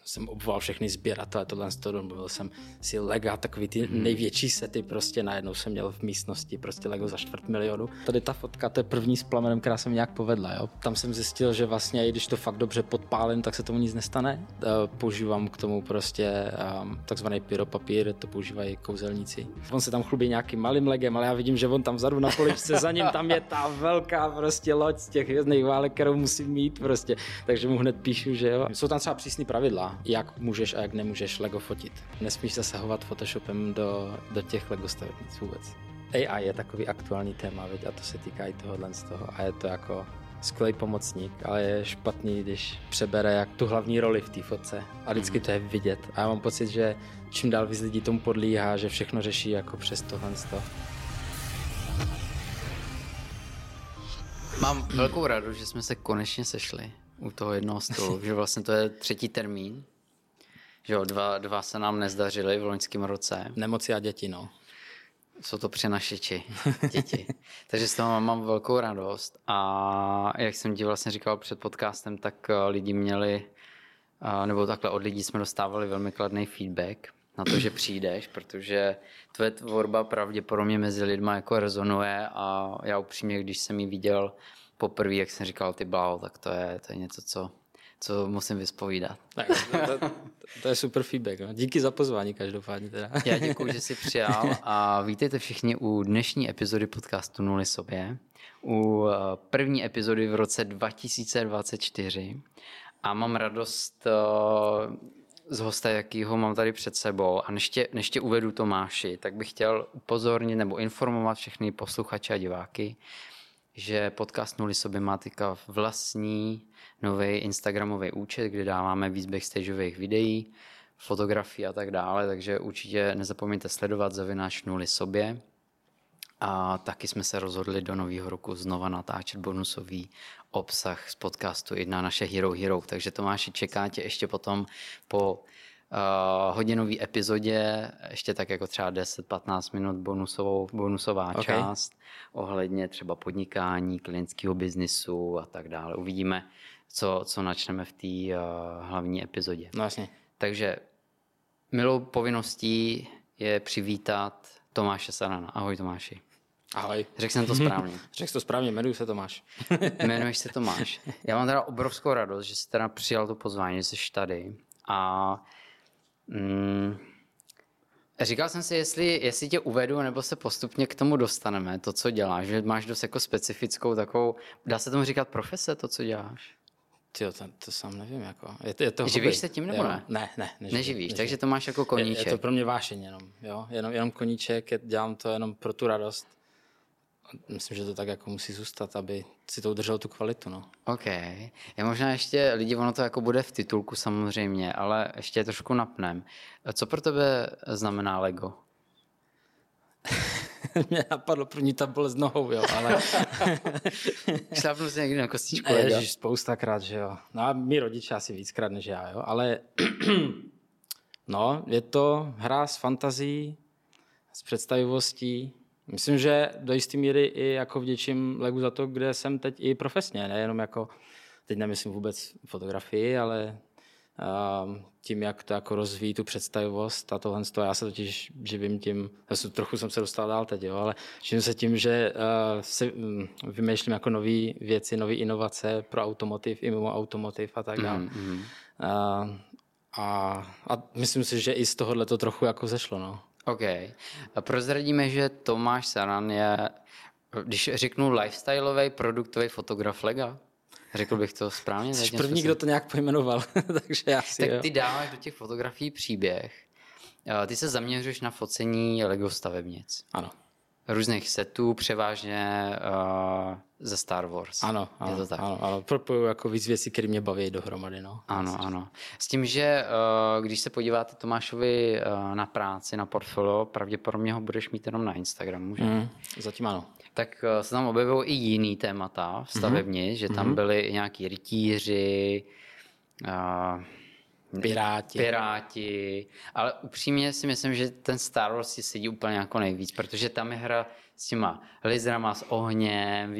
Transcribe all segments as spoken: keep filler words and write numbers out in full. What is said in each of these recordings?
jsem obvolal všechny sběratele, tohle z toho domluvil jsem si Lega, takový ty největší sety, prostě najednou jsem měl v místnosti prostě Lego za čtvrt milionu. Tady ta fotka, to je první s plamenem, která se mi nějak povedla, jo. Tam jsem zjistil, že vlastně, i když to fakt dobře podpálím, tak se tomu nic nestane. Používám k tomu prostě um, takzvaný pyropapír, to používají kouzelníci. On se tam chlubí nějakým malým Legem, ale já vidím, že on tam vzadu na poličce, za ním tam je ta velká prostě loď z těch hvězdných válek, kterou musím mít prostě. Takže mu hned píšu, že jo. Jsou tam třeba přísný pravidla, jak můžeš a jak nemůžeš Lego fotit. Nesmíš zasahovat Photoshopem do, do těch Lego stavebnic vůbec. A I je takový aktuální téma, viď? A to se týká i tohohle z toho. A je to jako skvělý pomocník, ale je špatný, když přebere jak tu hlavní roli v té fotce. A vždycky to je vidět. A já mám pocit, že čím dál víc lidí tomu podlíhá, že všechno řeší jako přes tohle z toho. Mám velkou radost, že jsme se konečně sešli u toho jednoho stolu, že vlastně to je třetí termín, že jo, dva, dva se nám nezdařily v loňském roce. Nemoci a děti, no. Jsou to přenašeči, děti. Takže z toho mám, mám velkou radost a jak jsem ti vlastně říkal před podcastem, tak lidi měli, nebo takhle od lidí jsme dostávali velmi kladný feedback na to, že přijdeš, protože tvoje tvorba pravděpodobně mezi lidma jako rezonuje a já upřímně, když jsem ji viděl poprvé, jak jsem říkal, ty bláho, tak to je, to je něco, co, co musím vyspovídat. Tak, to, to, to je super feedback. No. Díky za pozvání každopádně teda. Já děkuji, že jsi přijal a vítejte všichni u dnešní epizody podcastu Nuly sobě, u první epizody v roce dva tisíce dvacet čtyři a mám radost z hosta, jakýho mám tady před sebou a než tě, než tě uvedu Tomáši, tak bych chtěl upozornit nebo informovat všechny posluchače a diváky, že podcast Nuly sobě má teďka vlastní nový instagramový účet, kde dáváme víc backstageových videí, fotografií a tak dále, takže určitě nezapomeňte sledovat zavináč Nuly sobě. A taky jsme se rozhodli do nového roku znova natáčet bonusový obsah z podcastu jedna naše Hero Hero, takže Tomáši, čeká tě ještě potom po Uh, hodinový epizodě, ještě tak jako třeba deset patnáct minut bonusovou, bonusová okay. část ohledně třeba podnikání, klientského biznisu a tak dále. Uvidíme, co, co načneme v té uh, hlavní epizodě. No jasně. Takže milou povinností je přivítat Tomáše Sarana. Ahoj Tomáši. Ahoj. Řekl jsem to správně. Řekl to správně, jmenuji se Tomáš. Jmenuješ se Tomáš. Já mám teda obrovskou radost, že jsi teda přijal to pozvání, že jsi tady a Hmm. Říkal jsem si, jestli, jestli tě uvedu, nebo se postupně k tomu dostaneme, to, co děláš, že máš dost jako specifickou takovou, dá se tomu říkat profese, to, co děláš? Tyjo, to, to sám nevím, jako. Je to, je to Živíš se tím, nebo jo, ne? Ne, ne, neživím, Neživíš, neživím. takže to máš jako koníček. Je, je to pro mě vášeň jenom, jo, jenom, jenom koníček, je, dělám to jenom pro tu radost. Myslím, že to tak jako musí zůstat, aby si to udrželo tu kvalitu, no. OK. Já možná ještě, lidi, ono to jako bude v titulku samozřejmě, ale ještě trošku napnem. Co pro tebe znamená Lego? Mě napadlo první ta bolest nohou, jo, ale... Šlápnu si někdy na kostičku Lega. Ježiš, spoustakrát, že jo. No a mý rodiče asi víckrát než já, jo, ale... No, je to hra s fantazí, s představivostí. Myslím, že do jisté míry i jako vděčím Legu za to, kde jsem teď i profesně, nejenom jako, teď nemyslím vůbec fotografii, ale uh, tím, jak to jako rozvíjí tu představivost a tohle z toho, já se totiž živím tím, já trochu jsem se dostal dál teď, jo, ale živím se tím, že uh, si um, vymýšlím jako nové věci, nové inovace pro automotiv i mimo automotiv a tak dále. Mm-hmm. Uh, a, a myslím si, že i z tohohle to trochu jako zešlo, no. OK. A prozradíme, že Tomáš Saran je, když řeknu lifestyleový produktový fotograf Lega, řekl bych to správně? Jsi první, kdo to nějak pojmenoval, takže já si, Tak jo. ty dáváš do těch fotografií příběh. Ty se zaměřuješ na focení Lego stavebnic. Ano. Různých setů, převážně uh, ze Star Wars. Ano, ano, je to tak? ano, ano. Propojuju jako víc věcí, které mě baví dohromady. No. Ano, ano. S tím, že uh, když se podíváte Tomášovi uh, na práci, na portfolio, pravděpodobně ho budeš mít jenom na Instagramu, že? Mm, zatím ano. Tak uh, se tam objevují i jiný témata stavební, mm-hmm. že tam mm-hmm. byli i nějaký rytíři, uh, Piráti. Piráti, ale upřímně si myslím, že ten Star Wars si sedí úplně jako nejvíc, protože tam je hra s těma laserama, s ohněm,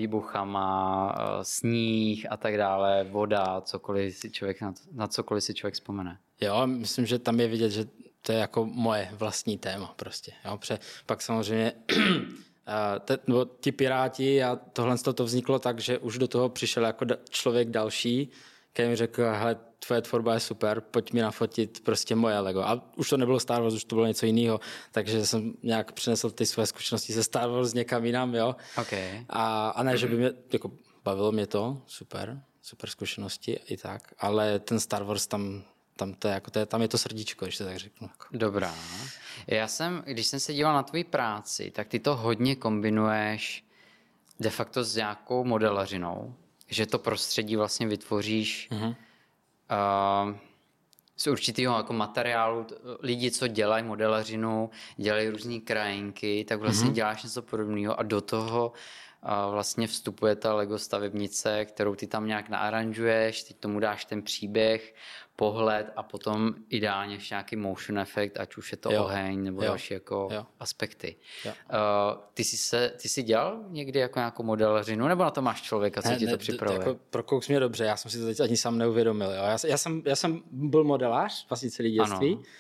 výbuchama, sníh a tak dále, voda, cokoliv si člověk, na, na cokoliv si člověk vzpomene. Jo, myslím, že tam je vidět, že to je jako moje vlastní téma prostě. Jo? Pře, pak samozřejmě te, no, ti Piráti a tohle to vzniklo tak, že už do toho přišel jako da, člověk další, který mi řekl, hele, tvoje tvorba je super, pojď mi nafotit prostě moje Lego. A už to nebylo Star Wars, už to bylo něco jiného, takže jsem nějak přinesl ty své zkušenosti ze Star Wars někam jinam, jo. Okay. A, a ne, že by mě, jako bavilo mě to, super, super zkušenosti i tak, ale ten Star Wars tam, tam, to je, jako, to je, tam je to srdíčko, když to tak řeknu. Jako. Dobrá. Já jsem, když jsem se díval na tvoji práci, tak ty to hodně kombinuješ de facto s nějakou modelařinou, že to prostředí vlastně vytvoříš uh-huh. uh, z určitého jako materiálu. Lidi, co dělají modelařinu, dělají různý krajinky, tak vlastně uh-huh. děláš něco podobného a do toho uh, vlastně vstupuje ta Lego stavebnice, kterou ty tam nějak naaranžuješ, ty tomu dáš ten příběh, pohled a potom ideálně ještě nějaký motion efekt, ať už je to jo. oheň nebo jo. další jako jo. aspekty. Jo. Uh, ty, jsi se, ty jsi dělal někdy jako nějakou modelařinu, nebo na to máš člověka, co ne, ti to ne, připravuje? Jako prokous mě dobře, já jsem si to teď ani sám neuvědomil. Jo. Já, já, jsem, já jsem byl modelář vlastně celý dětství. Uh,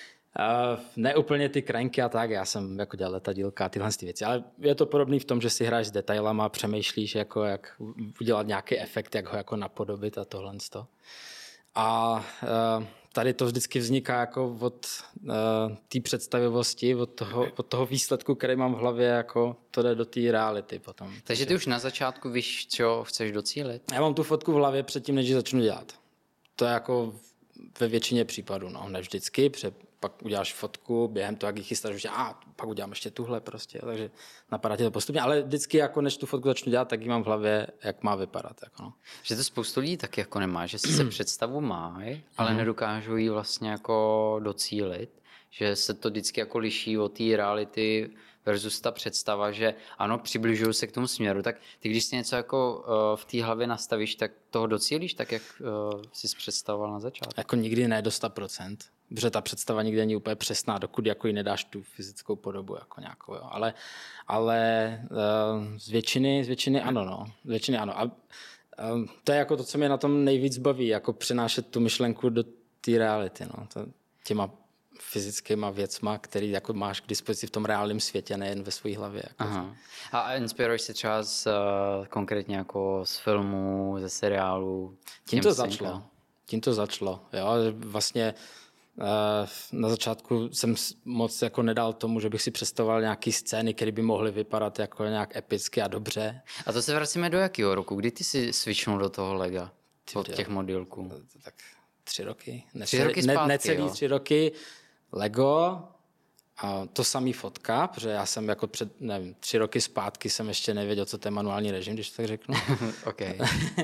ne úplně ty krajinky a tak, já jsem jako dělal letadílka a tyhle ty věci, ale je to podobný v tom, že si hráš s detailama, přemýšlíš, jako jak udělat nějaký efekt, jak ho jako napodobit a tohle. A uh, tady to vždycky vzniká jako od uh, té představivosti, od toho, od toho výsledku, který mám v hlavě, jako to jde do té reality potom. Takže ty už na začátku víš, co chceš docílit? Já mám tu fotku v hlavě předtím, než ji začnu dělat. To je jako ve většině případů, no, ne vždycky, protože pak uděláš fotku, během toho, jak ji chystáš, že a pak udělám ještě tuhle prostě, takže napadá ti to postupně, ale vždycky jako než tu fotku začnu dělat, tak ji mám v hlavě, jak má vypadat. Jako no. Že to spoustu lidí tak jako nemá, že si se představu mají, ale nedokážou ji vlastně jako docílit, že se to vždycky jako liší od té reality versus ta představa, že ano, přibližují se k tomu směru, tak ty když si něco jako uh, v té hlavě nastavíš, tak toho docílíš tak, jak uh, jsi představoval na začátku? Jako nikdy ne do sto procent, protože ta představa nikdy není úplně přesná, dokud jako ji nedáš tu fyzickou podobu jako nějakou, jo. Ale, ale uh, z většiny, z většiny ano, no. Z většiny ano. A uh, to je jako to, co mě na tom nejvíc baví, jako přenášet tu myšlenku do té reality, no. To, těma fyzickýma věcma, který jako máš k dispozici v tom reálném světě, nejen ve své hlavě. Jako. Aha. A inspiruješ se třeba z, uh, konkrétně jako z filmů, ze seriálů? Tím to začalo. Tím to začalo. Jo? Vlastně uh, na začátku jsem moc jako nedal tomu, že bych si představoval nějaký scény, které by mohly vypadat jako nějak epicky a dobře. A to se vracíme do jakého roku? Kdy ty si switchnul do toho Lega? Od těch modelků? Tak tři roky. Tři roky zpátky, ne, necelý jo? tři roky. Lego, a to samý fotka, protože já jsem jako před, nevím, tři roky zpátky jsem ještě nevěděl, co to je manuální režim, když to tak řeknu. Okay.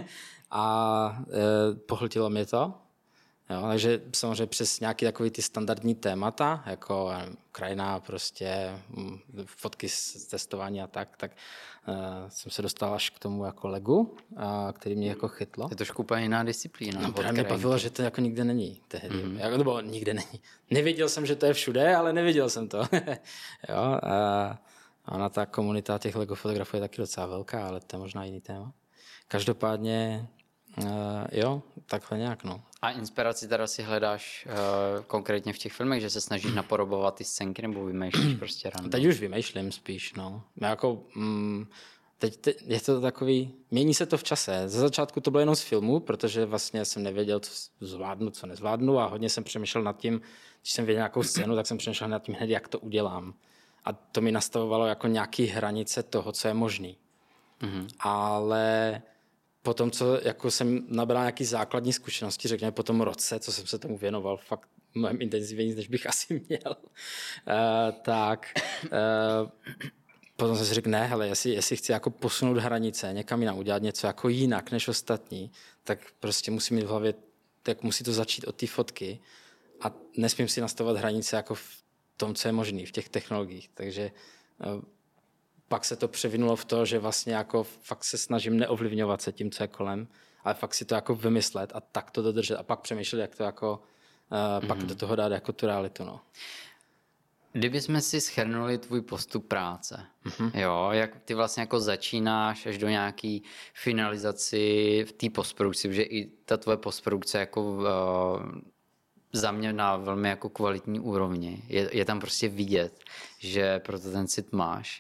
A e, pohltilo mě to. Jo, takže samozřejmě přes nějaký takový ty standardní témata, jako nevím, krajina, prostě fotky z testování a tak, tak uh, jsem se dostal až k tomu jako Legu, uh, který mě jako chytlo. Je to trošku úplně jiná disciplína. No, právě mě bavilo, že to jako nikde není tehdy. Mm-hmm. Jako, nebo nikde není. Nevěděl jsem, že to je všude, ale nevěděl jsem to. Jo, a ona ta komunita těch Lego fotografů je taky docela velká, ale to je možná jiný téma. Každopádně Uh, jo, takhle nějak, no. A inspiraci teda si hledáš uh, konkrétně v těch filmech, že se snažíš napodobovat ty scénky, nebo vymýšlíš prostě random? Teď už vymýšlím spíš, no. Jako, mm, teď, teď je to takový, mění se to v čase. Ze začátku to bylo jenom z filmu, protože vlastně jsem nevěděl, co zvládnu, co nezvládnu a hodně jsem přemýšlel nad tím, když jsem věděl nějakou scénu, tak jsem přemýšlel nad tím hned, jak to udělám. A to mi nastavovalo jako nějaký hranice toho, co je možný. Mm-hmm. Ale potom, co jako jsem nabral nějaký základní zkušenosti, řekněme po tom roce, co jsem se tomu věnoval fakt mnohem intenzivněji, než bych asi měl, uh, tak uh, potom jsem si řekl, ne, hele, jestli, jestli chci jako posunout hranice, někam jinam, udělat něco jako jinak než ostatní, tak prostě musím mít v hlavě, tak musí to začít od té fotky a nesmím si nastavovat hranice jako v tom, co je možný, v těch technologiích. Takže uh, pak se to převinulo v to, že vlastně jako fakt se snažím neovlivňovat se tím, co je kolem, ale fakt si to jako vymyslet a tak to dodržet a pak přemýšlet, jak to jako, uh, mm-hmm. pak do toho dát jako tu realitu, no. Kdybychom si shrnuli tvůj postup práce, mm-hmm. jo, jak ty vlastně jako začínáš až do nějaký finalizaci v té postprodukci, protože i ta tvoje postprodukce jako uh, za mě na velmi jako kvalitní úrovni. Je, je tam prostě vidět, že proto ten cit máš.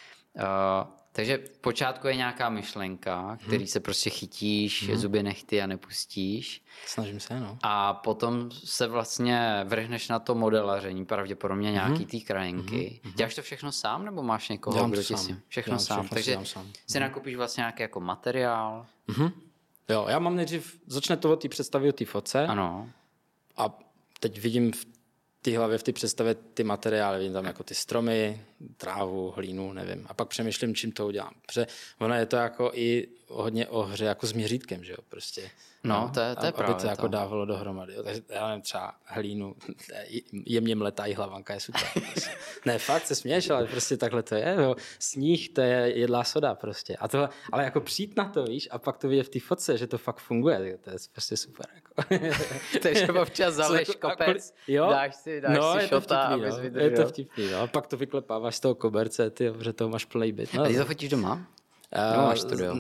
Uh, takže v počátku je nějaká myšlenka, který hmm. se prostě chytíš, hmm. zuby nechty a nepustíš. Snažím se, no. A potom se vlastně vrhneš na to modelaření, pravděpodobně nějaký hmm. tý krajinky. Hmm. Děláš to všechno sám, nebo máš někoho, Dělám kdo to ti sám. si... Všechno Dělám sám. všechno Takže sám. si nakoupíš vlastně nějaký jako materiál. Hmm. Jo, já mám nejdřív, začne to od té představy o té fotce. Ano. A teď vidím v té hlavě, v té představě ty materiály, vidím tam jako ty stromy, trávu, hlínu, nevím. A pak přemýšlím, čím to udělám. Protože ono je to jako i hodně o hře jako s měřítkem, že jo, prostě. No, no to je, to je aby právě to, to. jako dávalo dohromady. Jo. Takže já nevím, třeba hlínu, jemně mletá i hlavanka je super. Ne, fakt se směješ, ale prostě takhle to je. Jo. Sníh, to je jedlá soda prostě. A to, ale jako přijít na to, víš, a pak to vidět v té fotce, že to fakt funguje, to je prostě super. Jako. Takže občas zaleš kopec, jo? dáš si, dáš no, si šota, abys no. vydržel. Je to vtipný, no. A pak to vyklepáváš z toho koberce, ty, že toho máš plný byt. No, a ty to fotíš doma? Uh, máš studio?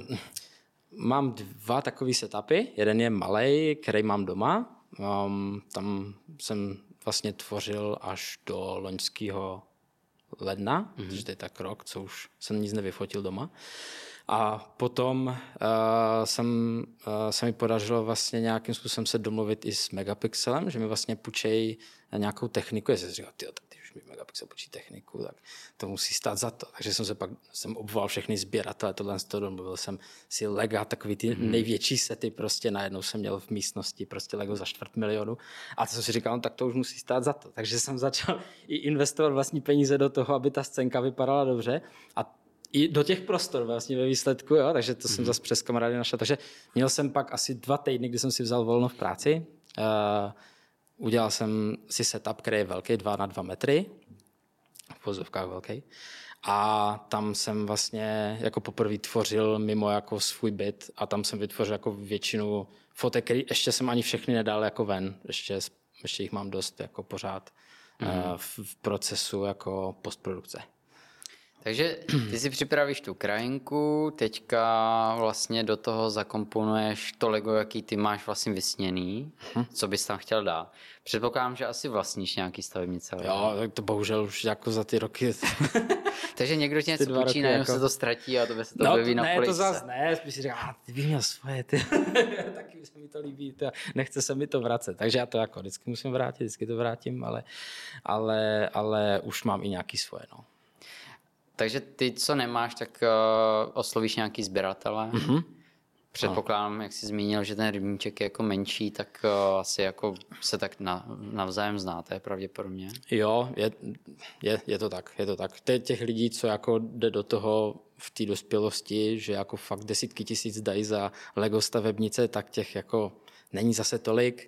Mám dva takový setupy. Jeden je malej, který mám doma. Um, tam jsem vlastně tvořil až do loňského ledna, mm-hmm. takže to je tak rok, co už jsem nic nevyfotil doma. A potom uh, jsem, uh, se mi podařilo vlastně nějakým způsobem se domluvit i s Megapixelem, že mi vlastně půjčejí nějakou techniku. Já jsem si říkal, tyjo, tak ty už mi Megapixel půjčí techniku, tak to musí stát za to. Takže jsem se pak jsem obvolal všechny sběratele, tohle z toho domluvil jsem si Lega, takový ty mm-hmm. největší sety, prostě najednou jsem měl v místnosti prostě Lego za čtvrt milionu. A to jsem si říkal, no, tak to už musí stát za to. Takže jsem začal i investovat vlastní peníze do toho, aby ta scénka vypadala dobře. A i do těch prostor vlastně ve výsledku, jo, takže to mm-hmm. jsem zase přes kamarády našel. Takže měl jsem pak asi dva týdny, kdy jsem si vzal volno v práci. Uh, udělal jsem si setup, který je velký, dva na dva metry. V pozovkách velký. A tam jsem vlastně jako poprvé tvořil mimo jako svůj byt a tam jsem vytvořil jako většinu fotek, který ještě jsem ani všechny nedal jako ven. Ještě, ještě jich mám dost jako pořád mm-hmm. uh, v, v procesu jako postprodukce. Takže ty si připravíš tu krajinku, teďka vlastně do toho zakomponuješ to Lego, jaký ty máš vlastně vysněný, hm. co bys tam chtěl dát. Předpokládám, že asi vlastníš nějaký stavebnice. Jo, tak to bohužel už jako za ty roky. Takže někdo ti něco půjčí, najednou jako... se to ztratí a to by se to no, objeví na ne, poličce. to zase ne, spíš si říká, ty bych měl svoje, ty. Taky se mi to líbí, ty. Nechce se mi to vracet. Takže já to jako vždycky musím vrátit, vždycky to vrátím, ale, ale, ale už mám i nějaký svoje, no. Takže ty, co nemáš, tak uh, oslovíš nějaký sběratele. Mm-hmm. Předpokládám, jak jsi zmínil, že ten rybníček je jako menší, tak uh, asi jako se tak na, navzájem znáte pravděpodobně. Jo, je, je, je to tak, je to tak. Těch lidí, co jako jde do toho v té dospělosti, že jako fakt desítky tisíc dají za Lego stavebnice, tak těch jako není zase tolik.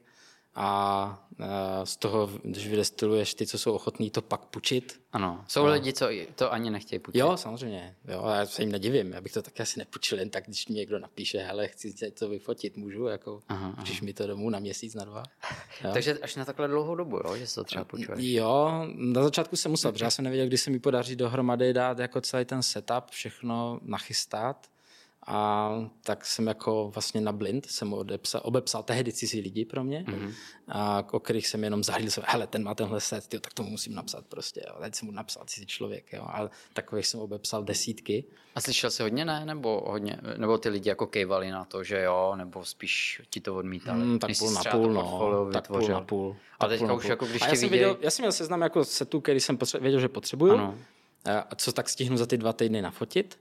A z toho, když vydestiluješ ty, co jsou ochotní to pak půjčit. Ano, jsou a... lidi, co to ani nechtějí půjčit. Jo, samozřejmě. Jo, já se jim nedivím. Já bych to taky asi nepůjčil jen tak, když mi někdo napíše, hele, chci to vyfotit, můžu, jako, když mi to domů na měsíc, na dva. Jo. Takže až na takhle dlouhou dobu, jo, že se to třeba půjčuješ. Jo, na začátku jsem musel, protože já jsem nevěděl, kdy se mi podaří dohromady dát jako celý ten setup, všechno nachystat. A tak jsem jako vlastně na blind jsem odepsal, obepsal tehdy cizí lidi pro mě, mm-hmm. a o kterých jsem jenom zahlídl, jsem, hele, ten má tenhle set, tyjo, tak tomu musím napsat prostě, jo. Teď jsem mu napsal cizí člověk, jo. Ale takových jsem obepsal desítky. A slyšel jsi hodně ne, nebo hodně, nebo ty lidi jako kejvali na to, že jo, nebo spíš ti to odmítali? Mm, tak půl na půl, no, tak půl na půl. A teďka už jako když a tě já jsem, viděj... viděl, já jsem měl seznam jako setů, který jsem potře- věděl, že potřebuju, ano. A co tak stihnu za ty dva týdny nafotit.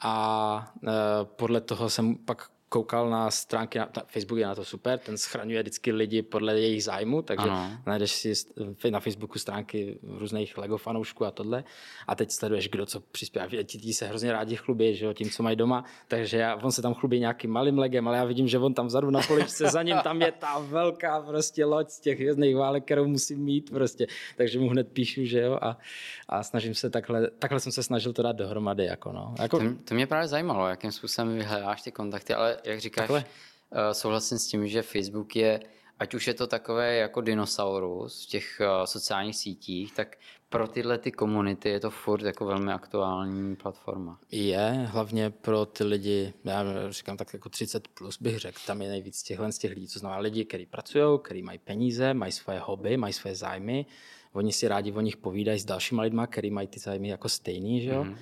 A e, podle toho jsem pak koukal na stránky, na, na Facebook je na to super, ten schraňuje vždycky lidi podle jejich zájmu, takže ano. Najdeš si na Facebooku stránky různých Lego fanoušků a tohle a teď sleduješ, kdo co přispívá. Ti, ti se hrozně rádi chlubí, že jo, tím, co mají doma, takže já, on se tam chlubí nějakým malým Legem, ale já vidím, že on tam vzadu na poličce, za ním tam je ta velká prostě loď z těch hvězdných válek, kterou musím mít prostě, takže mu hned píšu, že jo, a, a snažím se takhle, takhle jsem se snažil to dát dohromady, jako no. Jako... To, to mě právě zajímalo, jakým způsobem vyhledáš ty kontakty, ale jak říkáš, takhle? Souhlasím s tím, že Facebook je ať už je to takové jako dinosaurus v těch uh, sociálních sítích, tak pro tyhle ty komunity je to furt jako velmi aktuální platforma. Je, hlavně pro ty lidi, já říkám tak jako třicet plus bych řekl, tam je nejvíc těchhle z těch lidí, co znamená lidi, kteří pracují, kteří mají peníze, mají svoje hobby, mají svoje zájmy, oni si rádi o nich povídají s dalšíma lidma, kteří mají ty zájmy jako stejný, že jo? Mm-hmm.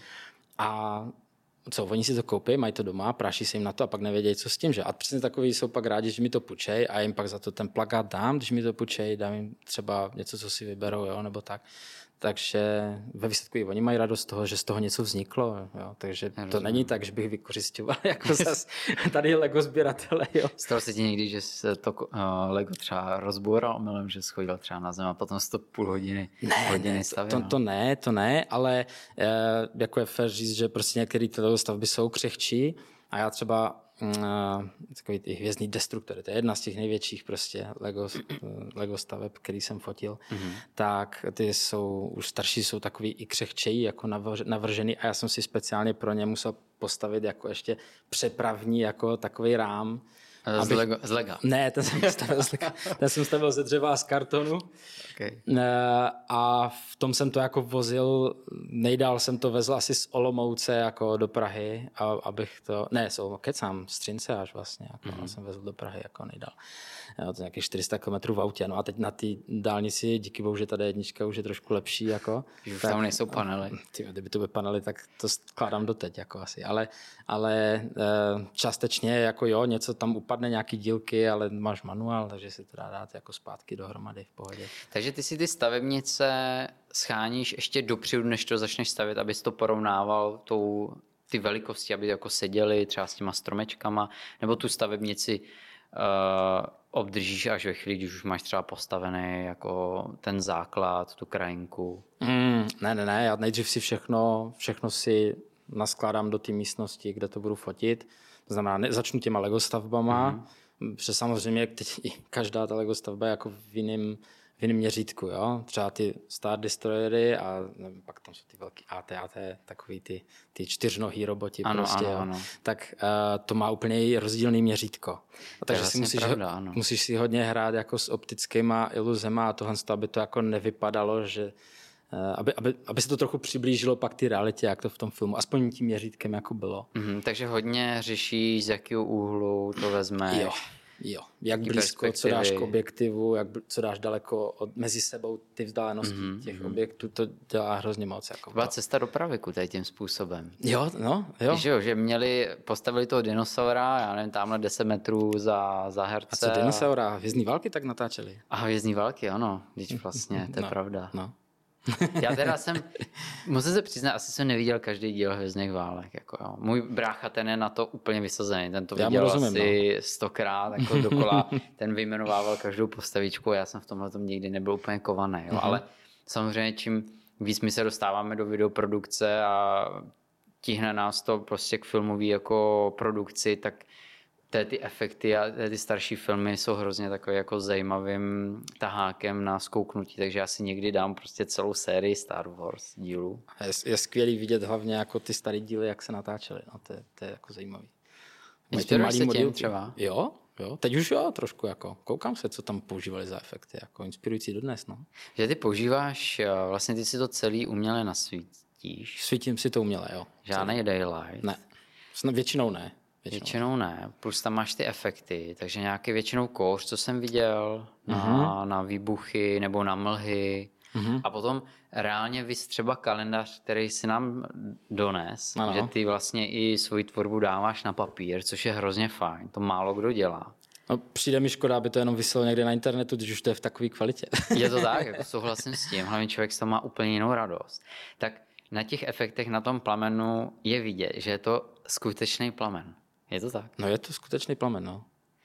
A co, oni si to koupí, mají to doma, práší se jim na to a pak nevědějí, co s tím, že? A přesně takový jsou pak rádi, že mi to půjčej a jim pak za to ten plakát dám, když mi to půjčej, dám jim třeba něco, co si vyberou, jo, nebo tak. Takže ve výsledku i oni mají radost z toho, že z toho něco vzniklo. Jo? Takže to rozumím. Není tak, že bych vykořisťoval jako zas tady Lego sběratele. Jo? Stalo se ti někdy, že se to uh, Lego třeba rozboural omylem, že schodil třeba na zem a potom se to půl hodiny, ne, hodiny ne, stavil? To, to ne, to ne, ale eh, jako je fér říct, že prostě některé ty Lego stavby jsou křehčí a já třeba Uh, takový ty hvězdný destruktory, to je jedna z těch největších prostě Lego, Lego staveb, který jsem fotil, mm-hmm. tak ty jsou, už starší jsou takový i křehčejí, jako navržený a já jsem si speciálně pro ně musel postavit jako ještě přepravní, jako takový rám. Z, abych... Lego, z Lega? Ne, ten jsem stavil z Lega. Ten jsem stavil ze dřeva a z kartonu. Okay. A v tom jsem to jako vozil, nejdál jsem to vezl asi z Olomouce jako do Prahy, a, abych to, ne, jsou kecám, z Třince až vlastně, jako mm-hmm. jsem vezl do Prahy jako nejdál. Jo, to je nějakých čtyři sta kilometrů v autě, no a teď na té dálnici, díky bohu, že tady jednička už je trošku lepší, jako. Už tak, tam nejsou panely. Tyjo, kdyby to byly panely, tak to skládám doteď, jako asi, ale, ale částečně, jako jo, něco tam upadne, nějaký dílky, ale máš manuál, takže si to dá dát jako zpátky dohromady v pohodě. Takže ty si ty stavebnice scháníš ještě dopředu, než to začneš stavět, abys to porovnával tou, ty velikosti, aby jako seděly třeba s těma stromečkama, nebo tu stavebnici uh, obdržíš až ve chvíli, když už máš třeba postavený jako ten základ, tu krajinku? Mm, ne, ne, ne, já nejdřív si všechno, všechno si naskládám do té místnosti, kde to budu fotit. To znamená, ne, začnu těma Lego stavbama, mm-hmm. protože samozřejmě teď i každá ta Lego stavba je jako v jiném v jiném měřítku, jo? Třeba ty Star Destroyery a nevím, pak tam jsou ty velký A T A T, takový ty, ty čtyřnohý roboti, ano, prostě, ano, ano. Tak uh, to má úplně rozdílný měřítko. A takže si musíš, pravda, musíš si hodně hrát jako s optickýma iluzema a tohle, aby to jako nevypadalo, že Aby, aby, aby se to trochu přiblížilo pak ty realitě, jak to v tom filmu, aspoň tím měřítkem jako bylo. Mm-hmm, takže hodně řešíš, z jakého úhlu to vezmeš. Jo, jo. Jak blízko, co dáš k objektivu, jak, co dáš daleko od, mezi sebou, ty vzdálenosti mm-hmm. těch objektů, to dělá hrozně moc. Jako byla cesta do pravěku tady tím způsobem. Jo, no, jo. Že, jo, že měli, postavili toho dinosaura, já nevím, tamhle deset metrů za, za herce. A co dinosaura? Hvězdný války tak natáčeli? A hvězdný války, ano, když vlastně, to je no, pravda. No. Já teda jsem, musím se přiznat, asi jsem neviděl každý díl Hvězdných válek. Jako jo. Můj brácha, ten je na to úplně vysazený, ten to viděl rozumím, asi no. stokrát jako dokola, ten vyjmenovával každou postavičku a já jsem v tomhle tom nikdy nebyl úplně kovaný. Jo. Mm-hmm. Ale samozřejmě čím víc my se dostáváme do videoprodukce a tíhne nás to prostě k filmové jako produkci, tak ty efekty a ty starší filmy jsou hrozně takový jako zajímavým tahákem na zkouknutí, takže já si někdy dám prostě celou sérii Star Wars dílů. Je, je skvělý vidět hlavně jako ty staré díly, jak se natáčely, no, to, je, to je jako zajímavý. Inspiruješ se tím třeba? Jo, jo, teď už jo, trošku jako, koukám se, co tam používali za efekty, jako inspirující dodnes, no. Že ty používáš, vlastně ty si to celý uměle nasvítíš. Svítím si to uměle, jo. Žádnej daylight. Ne, většinou ne. Většinou. většinou ne, plus tam máš ty efekty, takže nějaký většinou kouř, co jsem viděl na, uh-huh. na výbuchy nebo na mlhy uh-huh. a potom reálně vys třeba kalendář, který si nám dones, ano. že ty vlastně i svoji tvorbu dáváš na papír, což je hrozně fajn, to málo kdo dělá. No, přijde mi škoda, aby to jenom vyselo někde na internetu, když už to je v takové kvalitě. Je to tak, jako souhlasím s tím, hlavně člověk z toho má úplně jinou radost. Tak na těch efektech na tom plamenu je vidět, že je to skutečný plamen. Je to tak? No je to skutečný plamen, no.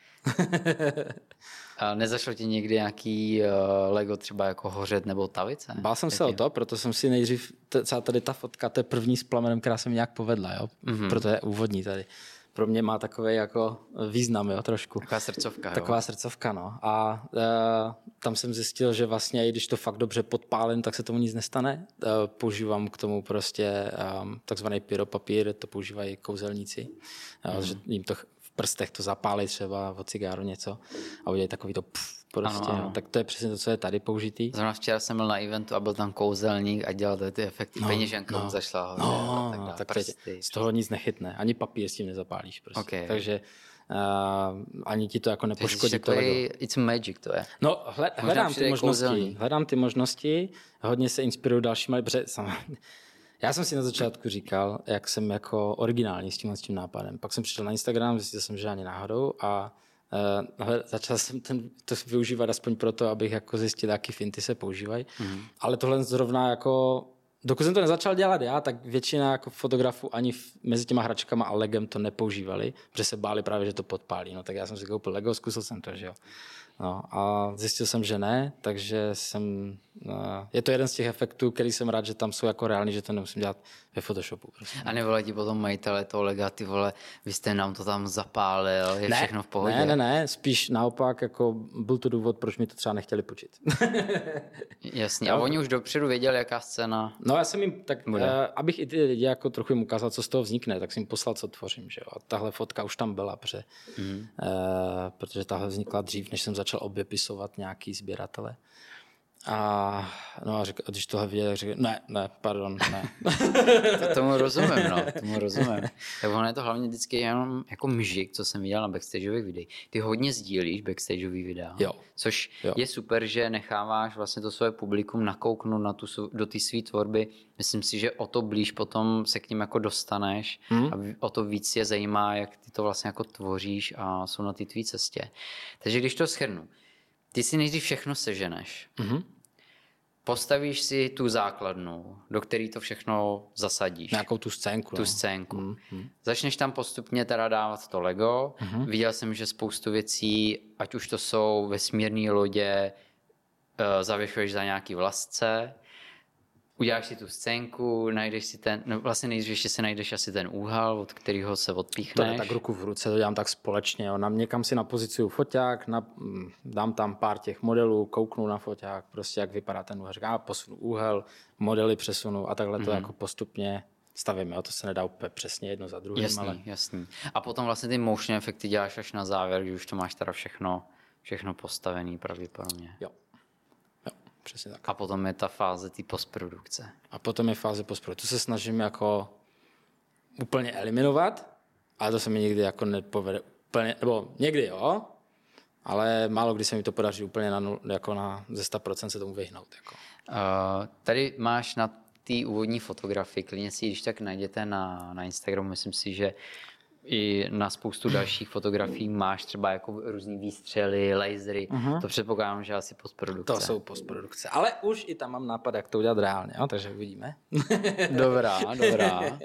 A nezašlo ti někdy nějaký uh, Lego třeba jako hořet nebo tavice? Bál jsem se o to, proto jsem si nejdřív, celá tady ta fotka, to je první s plamenem, která se mi nějak povedla, jo. Mm-hmm. Proto je úvodní tady. Pro mě má takový jako význam, jo, trošku. Taková srdcovka, Taková jo. srdcovka, no. A uh, tam jsem zjistil, že vlastně, i když to fakt dobře podpálím, tak se tomu nic nestane. Uh, používám k tomu prostě um, takzvaný pyropapír, to používají kouzelníci, uh, mm. že jim to v prstech to zapálí třeba od cigáru něco a udělají takový to pf, Prostě, ano, ano. No, tak to je přesně to, co je tady použitý. Zrovna včera jsem byl na eventu a byl tam kouzelník a dělal tady ty efekty. No, peněženka mu no, zašla. No, a tak, no, dále, tak prsty, z toho nic nechytne. Ani papír s tím nezapálíš. Prostě. Okay. Takže uh, ani ti to jako nepoškodí to Lego. It's magic to je. No, hle, hledám ty možnosti. Kouzelník. Hledám ty možnosti. Hodně se inspiruju dalšíma. Protože já jsem si na začátku říkal, jak jsem jako originální s tímhle s tím nápadem. Pak jsem přišel na Instagram, zjistil jsem, že ani náhodou a uh, začal jsem ten, to využívat aspoň proto, abych jako zjistil, jaký finty se používají. Mm. Ale tohle zrovna jako, dokud jsem to nezačal dělat já, tak většina jako fotografů ani v, mezi těma hračkama a legem to nepoužívali, protože se báli právě, že to podpálí. No tak já jsem si koupil Lego, zkusil jsem to, že jo. No a zjistil jsem, že ne, takže jsem, uh, je to jeden z těch efektů, který jsem rád, že tam jsou jako reální, že to nemusím dělat ve Photoshopu. Prostě. A nevolá ti potom majitele toho Lega, ty vole, vy jste nám to tam zapálil, je ne, všechno v pohodě? Ne, ne, ne, spíš naopak, jako byl to důvod, proč mi to třeba nechtěli půjčit. Jasně, no. A oni už dopředu věděli, jaká scéna. No já jsem jim, tak uh, abych i ty lidi jako trochu jim ukázal, co z toho vznikne, tak jsem jim poslal, co tvořím, že jo. A tahle fotka už tam byla, protože, mm. uh, protože tahle vznikla dřív, než jsem začal objepisovat nějaký sběratele. A no a řekl, když tohle viděl, řekl, ne, ne, pardon, ne. to, tomu rozumím, no, tomu rozumím. Tak ono je to hlavně vždycky jenom jako mžik, co jsem viděl na backstageových videích. Ty hodně sdílíš backstageový videa, jo. což jo. je super, že necháváš vlastně to svoje publikum nakouknout na tu, do té své tvorby. Myslím si, že o to blíž potom se k ním jako dostaneš hmm. a o to víc je zajímá, jak ty to vlastně jako tvoříš a jsou na té tvý cestě. Takže když to shrnu, ty si nejdřív všechno seženeš. Mm-hmm. Postavíš si tu základnu, do které to všechno zasadíš. Nějakou tu scénku. Tu no. scénku. Mm-hmm. Začneš tam postupně teda dávat to Lego. Mm-hmm. Viděl jsem, že spoustu věcí, ať už to jsou vesmírné lodě, zavěšuješ za nějaký vlasce, uděláš si tu scénku, najdeš si ten, no vlastně nejdřív ještě si najdeš asi ten úhel, od kterého se odpíchneš. To je tak ruku v ruce, to dělám tak společně. Jo. Nám někam si napozicuju foťák, na, dám tam pár těch modelů, kouknu na foťák, prostě jak vypadá ten úhel. Říkám, posunu úhel, modely přesunu a takhle mm-hmm. to jako postupně stavíme. Jo. To se nedá úplně přesně jedno za druhým. Jasný, ale... jasný. A potom vlastně ty motion efekty děláš až na závěr, když už to máš teda všechno, všechno postavený pravděpodobně. Jo. Přesně tak. A potom je ta fáze té postprodukce. A potom je fáze postprodukce. To se snažím jako úplně eliminovat, ale to se mi nikdy jako nepovede úplně, nebo někdy jo, ale málo kdy se mi to podaří úplně na, nul, jako na ze sto procent se tomu vyhnout. Jako. Uh, tady máš na té úvodní fotografii, klidně si když tak najděte na, na Instagramu, myslím si, že i na spoustu dalších fotografií máš třeba jako různý výstřely, lasery, uh-huh. to předpokládám, že asi postprodukce. To jsou postprodukce, ale už i tam mám nápad, jak to udělat reálně, jo? Takže uvidíme. Dobrá, dobrá. Uh,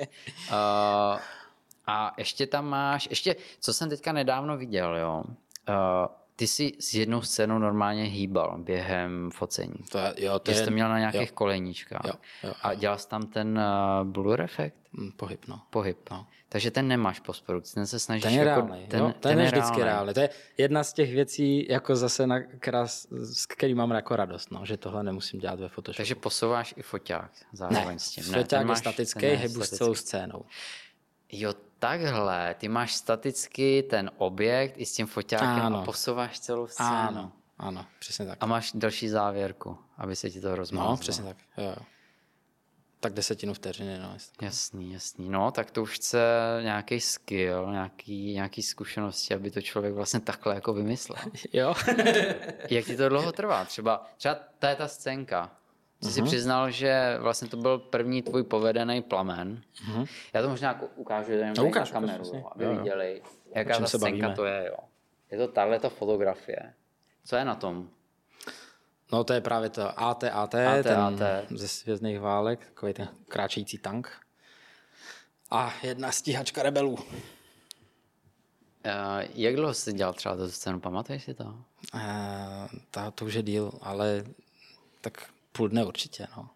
a ještě tam máš, ještě, co jsem teďka nedávno viděl, jo, uh, ty jsi s jednou scénou normálně hýbal během focení. To je, jo, to jsi je, to měl na nějakých jo. koleníčkách. Jo, jo, jo. A dělal jsi tam ten uh, blur efekt? Mm, pohyb, no. Pohyb. No. Takže ten nemáš postprodukci, ten se snažíš... Ten je jako, reálný, ten, jo, ten, ten je vždycky reálný. To je jedna z těch věcí, jako zase, na, která, s který mám jako radost, no, že tohle nemusím dělat ve Photoshopu. Takže posouváš i foťák zároveň ne, s tím. Ne, foťák je statický, hybu s celou scénou. Jo, takhle, ty máš staticky ten objekt i s tím foťákem ano. a posouváš celou scénu. Ano, ano, přesně tak. A máš další závěrku, aby se ti to rozmázlo. No, přesně tak, jo, jo. Tak desetinu vteřiny, no. Jasný, jasný. No, tak to už chce nějaký skill, nějaký, nějaký zkušenosti, aby to člověk vlastně takhle jako vymyslel. Jo. Jak ti to dlouho trvá? Třeba, třeba ta je ta scénka. Ty jsi uh-huh. přiznal, že vlastně to byl první tvůj povedený plamen. Uh-huh. Já to možná ukážu jenom no, ukážu, na kameru, jo, aby jo, jo. viděli, jaká ta scénka bavíme. To je. Jo. Je to tahleta fotografie. Co je na tom? No to je právě to A T A T, ten ze Svězdných válek, takový ten kráčející tank. A jedna stíhačka rebelů. Uh, jak dlouho jsi dělal třeba tu scénu, pamatuješ si to? Uh, ta, to už je díl, ale tak půl dne určitě, no.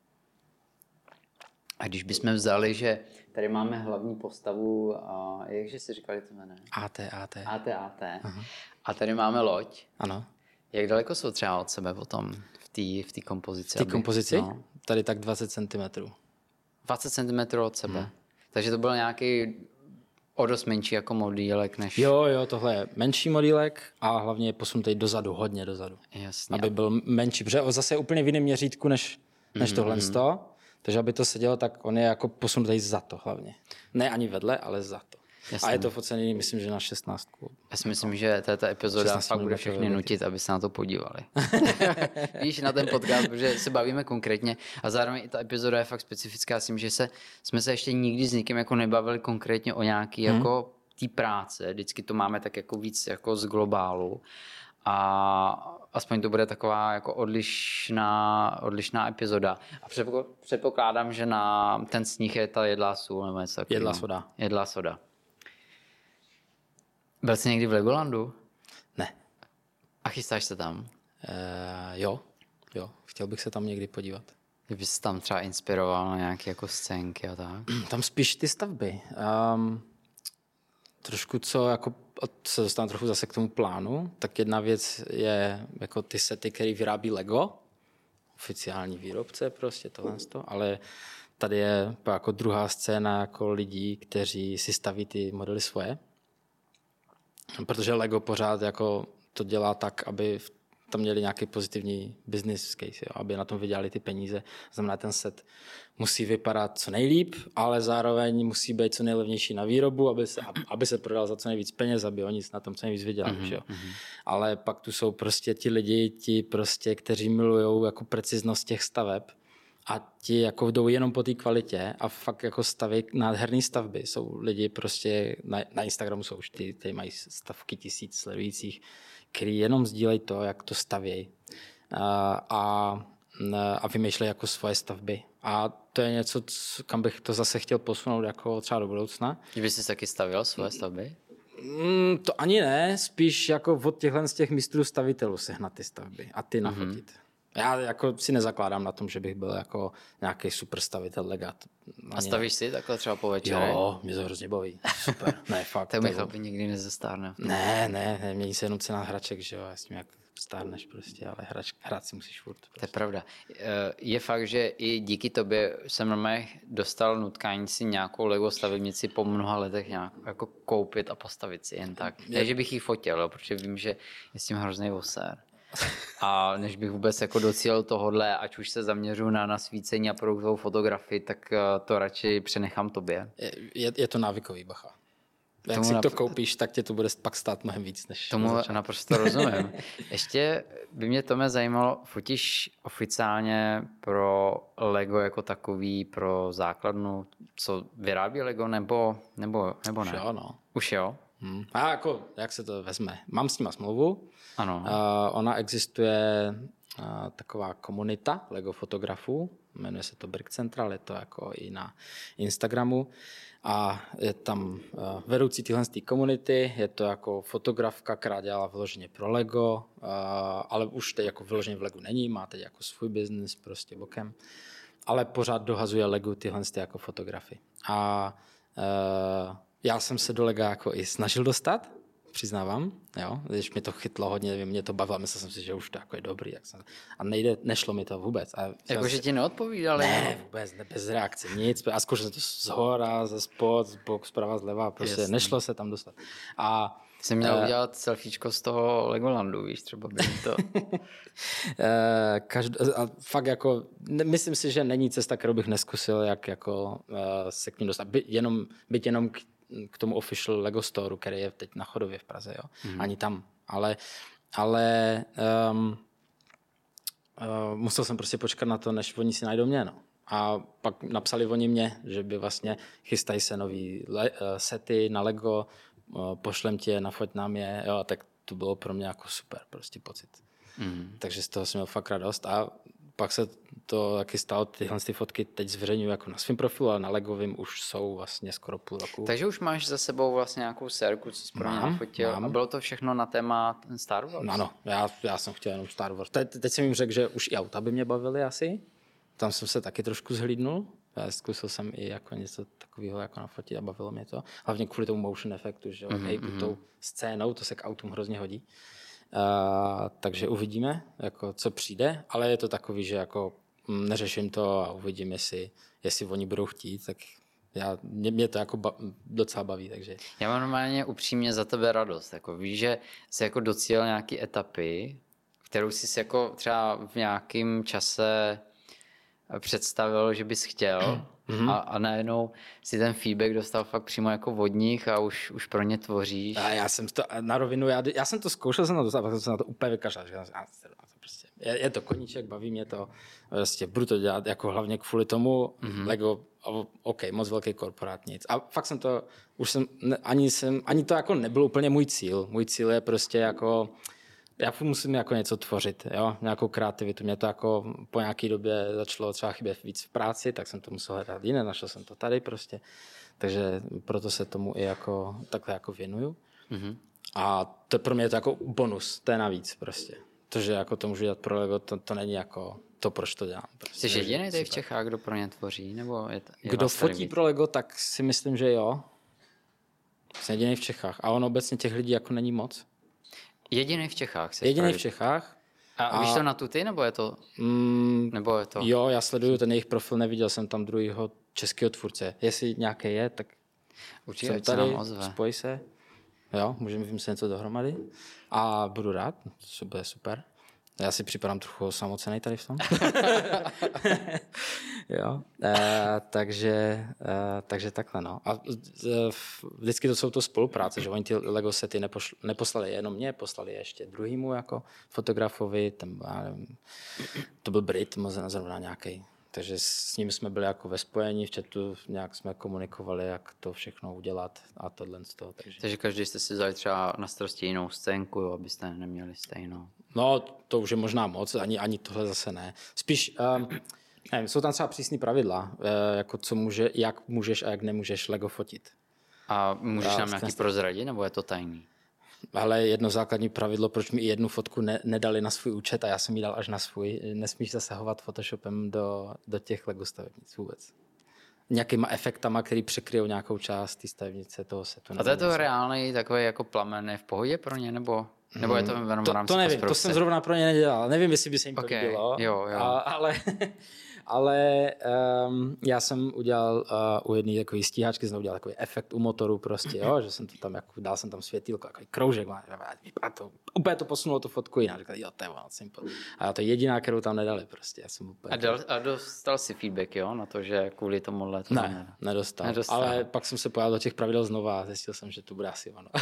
A když bychom vzali, že tady máme hlavní postavu, a jakže jsi říkal, že to jmenuje? A T A T. A T A T. Uh-huh. A tady máme loď. Ano. Jak daleko jsou třeba od sebe potom v té v té kompozici? V té kompozici? No. Tady tak dvacet centimetrů. dvacet centimetrů od sebe. Hmm. Takže to byl nějaký o dost menší jako modílek než... Jo, jo, tohle je menší modílek a hlavně je posunutý dozadu, hodně dozadu. Jasně. Aby byl menší, protože on zase je úplně v jiném měřítku než, než mm-hmm. tohle sto, takže aby to sedělo, tak on je jako posunutý za to hlavně. Ne ani vedle, ale za to. Jasně. A je to focený, myslím, že na šestnáctku. Já si myslím, že tato epizoda fakt bude všechny nutit, aby se na to podívali. Víš, na ten podcast, protože se bavíme konkrétně a zároveň i ta epizoda je fakt specifická s tím, že se, jsme se ještě nikdy s nikým jako nebavili konkrétně o nějaký hmm. jako té práce. Vždycky to máme tak jako víc jako z globálu a aspoň to bude taková jako odlišná, odlišná epizoda. A předpokládám, že na ten sníh je ta jedlá sůl nebo něco takového. Jedlá soda. Jedlá soda. Byl jsi někdy v Legolandu? Ne. A chystáš se tam? Uh, jo, jo. Chtěl bych se tam někdy podívat. Kdyby se tam třeba inspiroval na nějaké jako scénky a tak? Tam spíš ty stavby. Um, trošku co, jako se dostanu trochu zase k tomu plánu, tak jedna věc je jako ty sety, které vyrábí Lego, oficiální výrobce prostě tohle, ale tady je jako druhá scéna jako lidí, kteří si staví ty modely svoje. Protože Lego pořád jako to dělá tak, aby tam měli nějaký pozitivní business case, jo, aby na tom vydělali ty peníze. Znamená, ten set musí vypadat co nejlíp, ale zároveň musí být co nejlevnější na výrobu, aby se, aby se prodal za co nejvíc peněz, aby oni na tom co nejvíc vydělali. Mm-hmm. Že jo. Ale pak tu jsou prostě ti lidi, ti prostě, kteří milujou jako preciznost těch staveb a ti jako jdou jenom po té kvalitě a fakt jako staví nádherné stavby. Jsou lidi prostě, na, na Instagramu jsou už ty, ty mají stavky tisíc sledujících, který jenom sdílejí to, jak to stavějí a, a, a vymýšlejí jako svoje stavby. A to je něco, kam bych to zase chtěl posunout jako třeba do budoucna. Kdyby jsi taky stavěl svoje stavby? Mm, to ani ne, spíš jako od těchhle z těch mistrů stavitelů sehnat ty stavby a ty nafotit. Mm-hmm. Já jako si nezakládám na tom, že bych byl jako nějaký super stavitel legat. A stavíš si takhle třeba po večeře? Jo, mě to hrozně baví. Super. Ne, fakt. Tak mi chlapi nikdy nezestárne. Ne, ne, ne, mění se jenom cena hraček, že jo, já s tím jak stárneš prostě, ale hrač, hrát si musíš furt. Prostě. To je pravda. Je fakt, že i díky tobě jsem normálně dostal nutkání si nějakou Lego stavebnici po mnoha letech nějak jako koupit a postavit si jen tak. Ne, že bych ji fotil, protože vím, že je s tím hrozný osér. A než bych vůbec jako docílil tohodle, ať už se zaměřu na nasvícení a produktovou fotografii, tak to radši přenechám tobě. Je, je to návykový, bacha. Jak tomu si nap... to koupíš, tak tě to bude pak stát mnohem víc, než tomu naprosto rozumím. Ještě by mě to mě zajímalo, fotíš oficiálně pro Lego jako takový, pro základnu, co vyrábí Lego, nebo, nebo, nebo ne? Už jo, no. Už jo? Hmm. A jako, jak se to vezme? Mám s nima smlouvu. Ano. Uh, ona existuje uh, taková komunita Lego fotografů, jmenuje se to Brick Central, je to jako i na Instagramu a je tam uh, vedoucí tyhle z té komunity, je to jako fotografka, která dělala vyloženě pro Lego, uh, ale už teď jako vyloženě v Legu není, má teď jako svůj biznis prostě bokem, ale pořád dohazuje Legu tyhle z ty jako fotografy. A uh, já jsem se do Lega jako i snažil dostat, přiznávám, jo, když mě to chytlo hodně, mě to bavilo, myslel jsem si, že už to jako je dobrý, jak jsem, a nejde, nešlo mi to vůbec. Jakože ti neodpovídali? Ne, vůbec, ne, bez reakce, nic, a zkoušel jsem to z hora, ze spod, z bok, zprava, zleva, prostě Jasný. Nešlo se tam dostat. A jsem měl uh, udělat selfiečko z toho Legolandu, víš, třeba by to. uh, každ- a fakt jako, ne, myslím si, že není cesta, kterou bych neskusil, jak jako uh, se k ním dostat. By, jenom, byť jenom k, k tomu official Lego Store, který je teď na Chodově v Praze, jo. Mm. Ani tam. Ale, ale um, uh, musel jsem prostě počkat na to, než oni si najdou mě, no. A pak napsali oni mě, že by vlastně chystají se nový le- uh, sety na Lego, uh, pošlem tě, nafoť nám je, jo, a tak to bylo pro mě jako super prostě pocit. Mm. Takže z toho jsem měl fakt radost a pak se to taky stalo, tyhle ty fotky teď zveřejňuji jako na svém profilu, ale na Legovým už jsou vlastně skoro půl roku. Takže už máš za sebou vlastně nějakou sérku, co jsi pro mě nafotil. A bylo to všechno na téma Star Wars? Ano, já, já jsem chtěl jenom Star Wars. Teď, teď jsem jim řekl, že už i auta by mě bavily asi. Tam jsem se taky trošku zhlídnul. Já zkusil jsem i jako něco takového jako nafotit a bavilo mě to. Hlavně kvůli tomu motion efektu, že mm-hmm. hejbu tou scénou, to se k autům hrozně hodí. Uh, takže uvidíme, jako, co přijde, ale je to takový, že jako neřeším to a uvidím, jestli, jestli oni budou chtít, tak Já, mě, mě to jako ba, docela baví, takže... Já mám normálně upřímně za tebe radost. Jako víš, že jsi jako docílil nějaký etapy, kterou jsi si jako třeba v nějakém čase představil, že bys chtěl a, a najednou si ten feedback dostal fakt přímo jako od nich a už, už pro ně tvoříš. A já jsem to na rovinu, já, já jsem to zkoušel, jsem na to, pak jsem se na to úplně vykašlal. Že já, prostě, je, je to koníček, baví mě to, prostě budu to dělat jako hlavně kvůli tomu, mm-hmm. Lego, OK, moc velký korporát, nic. A fakt jsem to, už jsem, ne, ani jsem, ani to jako nebyl úplně můj cíl. Můj cíl je prostě jako, já musím jako něco tvořit, jo, nějakou kreativitu. Mě to jako po nějaké době začalo třeba chybět víc v práci, tak jsem to musel hledat jiné, našel jsem to tady prostě. Takže proto se tomu i jako takhle jako věnuju. Mm-hmm. A to pro mě je to jako bonus, to je navíc prostě. To, že jako to můžu dělat pro Lego, to, to není jako to, proč to dělám. Prostě. Jsi jediný tady v Čechách, kdo pro ně tvoří? Nebo je, je kdo fotí pro Lego, tak si myslím, že jo. Jsem jediný v Čechách. A ono obecně těch lidí jako není moc. Jediný v Čechách? Jediný v Čechách. A, a víš to na tuty, nebo je to? Mm, nebo je to? Jo, já sleduju ten jejich profil, neviděl jsem tam druhýho českého tvůrce. Jestli nějaký je, tak určitě jsem tady, spoj se. Jo, můžeme vymyslet něco dohromady. A budu rád, to bude super. Já si připadám trochu osamocený tady v tom. Jo, e, takže, e, takže takhle, no. A e, vždycky to jsou to spolupráce, že oni ty Lego sety nepošl, neposlali jenom mě, poslali ještě druhýmu jako fotografovi, ten, nevím, to byl Brit, zrovna nějaký. Takže s ním jsme byli jako ve spojení, v chatu nějak jsme komunikovali, jak to všechno udělat a tohle z toho. Takže, takže každý jste si vzali třeba na starosti jinou scénku, jo, abyste neměli stejnou. No, to už je možná moc, ani, ani tohle zase ne. Spíš, um, nevím, jsou tam třeba přísný pravidla, uh, jako co může, jak můžeš a jak nemůžeš Lego fotit. A můžeš a nám nějaký prozradit, nebo je to tajný? Ale jedno základní pravidlo, proč mi jednu fotku ne, nedali na svůj účet a já jsem ji dal až na svůj, nesmíš zasahovat Photoshopem do, do těch Lego stavebnic vůbec. Nějakýma efektama, který překryjou nějakou část té stavebnice toho setu. A to je to reálný takový jako plamen v pohodě pro ně, nebo, nebo je to jenom v rámci To, to nevím, to jsem zrovna pro ně nedělal. Nevím, jestli by se jim to okay. líbilo. Jo, jo. A, ale ale um, já jsem udělal uh, u jedné takové stíhačky, jsem udělal takový efekt u motoru prostě, jo, že jsem to tam, jako, dal jsem tam světýlko, takový kroužek, a to, úplně to posunulo tu fotku jinak, říkal, jo, to je ono, simple. A to je jediná, kterou tam nedali prostě, já jsem úplně... A, dal, a dostal si feedback, jo, na to, že kvůli tomuhle to ne, nedostal. nedostal, ale pak jsem se pojal do těch pravidel znova a zjistil jsem, že to bude asi ono.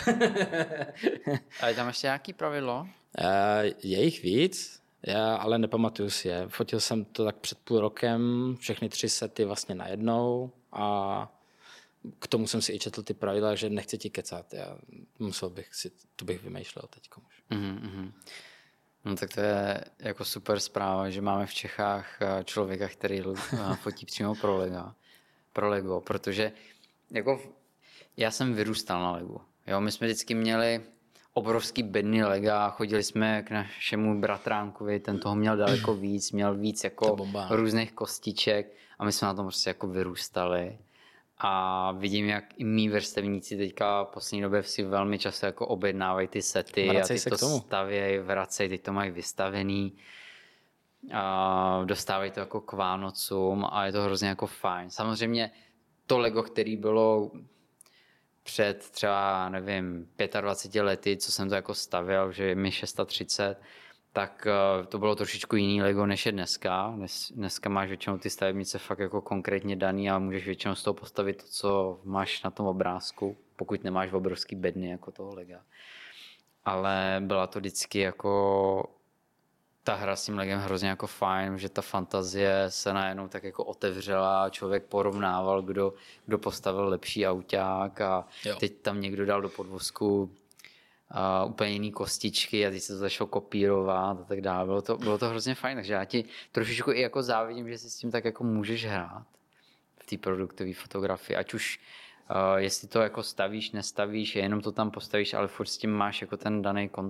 A je tam ještě nějaký pravidlo? Uh, je jich víc. Já ale nepamatuju si je. Fotil jsem to tak před půl rokem, všechny tři sety vlastně najednou a k tomu jsem si i četl ty pravidla, že nechci ti kecat. Já musel bych si, to bych vymýšlel teď. Mm-hmm. No tak to je jako super zpráva, že máme v Čechách člověka, který fotí přímo pro Lego, pro Lego, protože jako já jsem vyrůstal na Legu. Jo, my jsme vždycky měli obrovský bedny Lega, chodili jsme k našemu bratránkovi, ten toho měl daleko víc, měl víc jako různých kostiček a my jsme na tom prostě jako vyrůstali. A vidím, jak i mý vrstevníci teďka v poslední době si velmi často jako objednávají ty sety vracej a ty to stavějí, vracejí, teď to mají vystavený. A dostávají to jako k Vánocům a je to hrozně jako fajn. Samozřejmě to Lego, který bylo před třeba, nevím, dvaceti pěti lety, co jsem to jako stavěl, že je mi třicet šest, tak to bylo trošičku jiný Lego, než je dneska. Dnes, dneska máš většinou ty stavebnice fakt jako konkrétně daný a můžeš většinou z toho postavit to, co máš na tom obrázku, pokud nemáš obrovský bedny jako toho Lega. Ale byla to vždycky jako ta hra s tím Legem hrozně jako fajn, že ta fantazie se najednou tak jako otevřela a člověk porovnával, kdo, kdo postavil lepší auták a jo. Teď tam někdo dal do podvozku a úplně jiný kostičky a teď se to začalo kopírovat a tak dále. Bylo to, bylo to hrozně fajn, takže já ti trošičku i jako závidím, že si s tím tak jako můžeš hrát v té produktové fotografii, ať už Uh, jestli to jako stavíš, nestavíš, jenom to tam postavíš, ale furt s tím máš jako ten daný kontakt.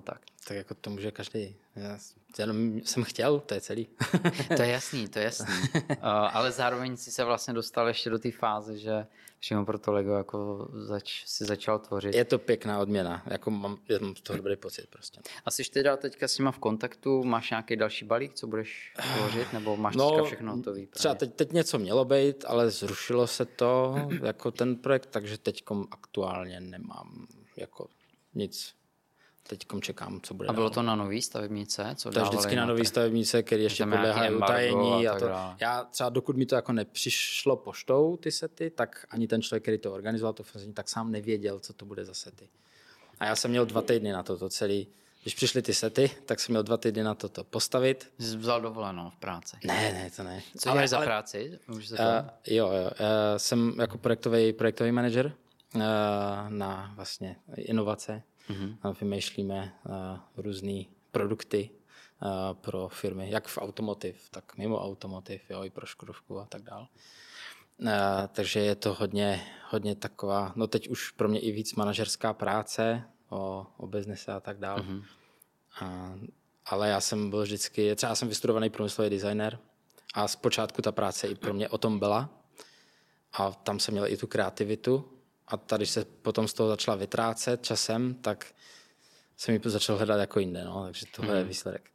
tak jako to může každý. Já jenom jsem chtěl, to je celý. To je jasný, to je jasný. Uh, ale zároveň si se vlastně dostal ještě do té fáze, že přímo pro to Lego jako zač, si začal tvořit. Je to pěkná odměna, jako mám, mám z toho dobrý pocit prostě. A jsi teda teďka s nima v kontaktu, máš nějaký další balík, co budeš tvořit, nebo máš no, teďka všechno hotový? Třeba teď, teď něco mělo být, ale zrušilo se to, jako ten projekt, takže teďkom aktuálně nemám jako nic. Teďkom čekám, co bude. A bylo dál. To na nový stavebnice? Co to je vždycky na nový stavebnice, který ještě podléhají utajení. A, a to. Já třeba dokud mi to jako nepřišlo poštou, ty sety, tak ani ten člověk, který to organizoval, to fazení, tak sám nevěděl, co to bude za sety. A já jsem měl dva týdny na to, to celý. Když přišly ty sety, tak jsem měl dva týdny na to, to postavit. Jsi vzal dovolenou v práci? Ne, ne, to ne. Co děláš za ale, práci? Už uh, jo, jo. Uh, jsem jako projektový, projektový manažer uh, na vlastně inovace. Mm-hmm. Vymýšlíme uh, různé produkty uh, pro firmy, jak v automotiv, tak mimo automotiv, jo, i pro Škodovku a tak dál. Uh, takže je to hodně, hodně taková, no teď už pro mě i víc manažerská práce o, o biznise a tak dál. Mm-hmm. Uh, ale já jsem byl vždycky, třeba jsem vystudovaný průmyslový designer a zpočátku ta práce i pro mě o tom byla a tam jsem měl i tu kreativitu. A tady se potom z toho začala vytrácet časem, tak jsem ji začal hledat jako jinde, no, takže tohle hmm. je výsledek.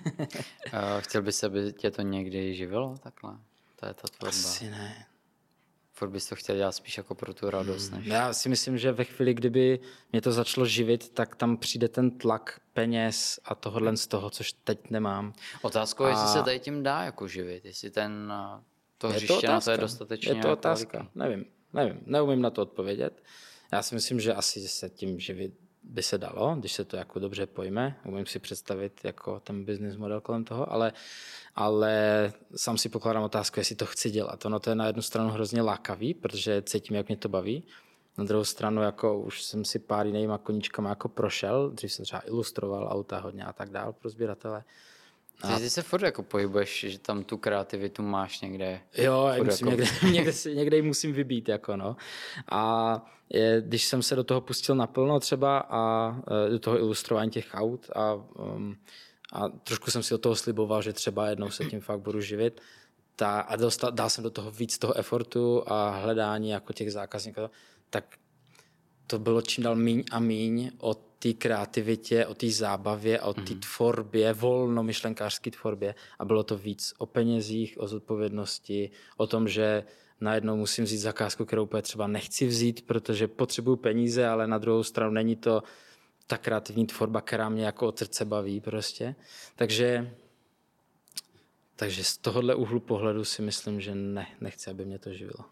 Chtěl bys, aby tě to někdy živilo takhle? To je ta tvorba. Asi ne. Furt bys to chtěl dělat spíš jako pro tu radost, než... Já si myslím, že ve chvíli, kdyby mě to začalo živit, tak tam přijde ten tlak peněz a tohohle z toho, což teď nemám. Otázkou je, a... jestli se tady tím dá jako živit, jestli ten, to hřiště na to je dostatečně... Je to otázka, veliký. nevím. Nevím, neumím na to odpovědět. Já si myslím, že asi se tím živit by se dalo, když se to jako dobře pojme. Umím si představit jako ten business model kolem toho, ale, ale sám si pokládám otázku, jestli to chci dělat. Ono to je na jednu stranu hrozně lákavý, protože cítím, jak mě to baví. Na druhou stranu jako už jsem si pár jinýma koníčkama jako prošel. Dřív jsem třeba ilustroval auta hodně a tak dál pro sběratele. A... Ty se furt jako pohybuješ, že tam tu kreativitu máš někde. Jo, musím jako... někde, někde, někde ji musím vybít. Jako no. A je, když jsem se do toho pustil naplno třeba a do toho ilustrování těch aut a, um, a trošku jsem si od toho sliboval, že třeba jednou se tím fakt budu živit ta, a dostal, dal jsem do toho víc toho efortu a hledání jako těch zákazníků, tak to bylo čím dál míň a míň o té kreativitě, o té zábavě a o té mm-hmm. tvorbě, volnomyšlenkářské tvorbě a bylo to víc o penězích, o zodpovědnosti, o tom, že najednou musím vzít zakázku, kterou úplně třeba nechci vzít, protože potřebuju peníze, ale na druhou stranu není to ta kreativní tvorba, která mě jako od srdce baví prostě. Takže, takže z tohohle úhlu pohledu si myslím, že ne, nechci, aby mě to živilo.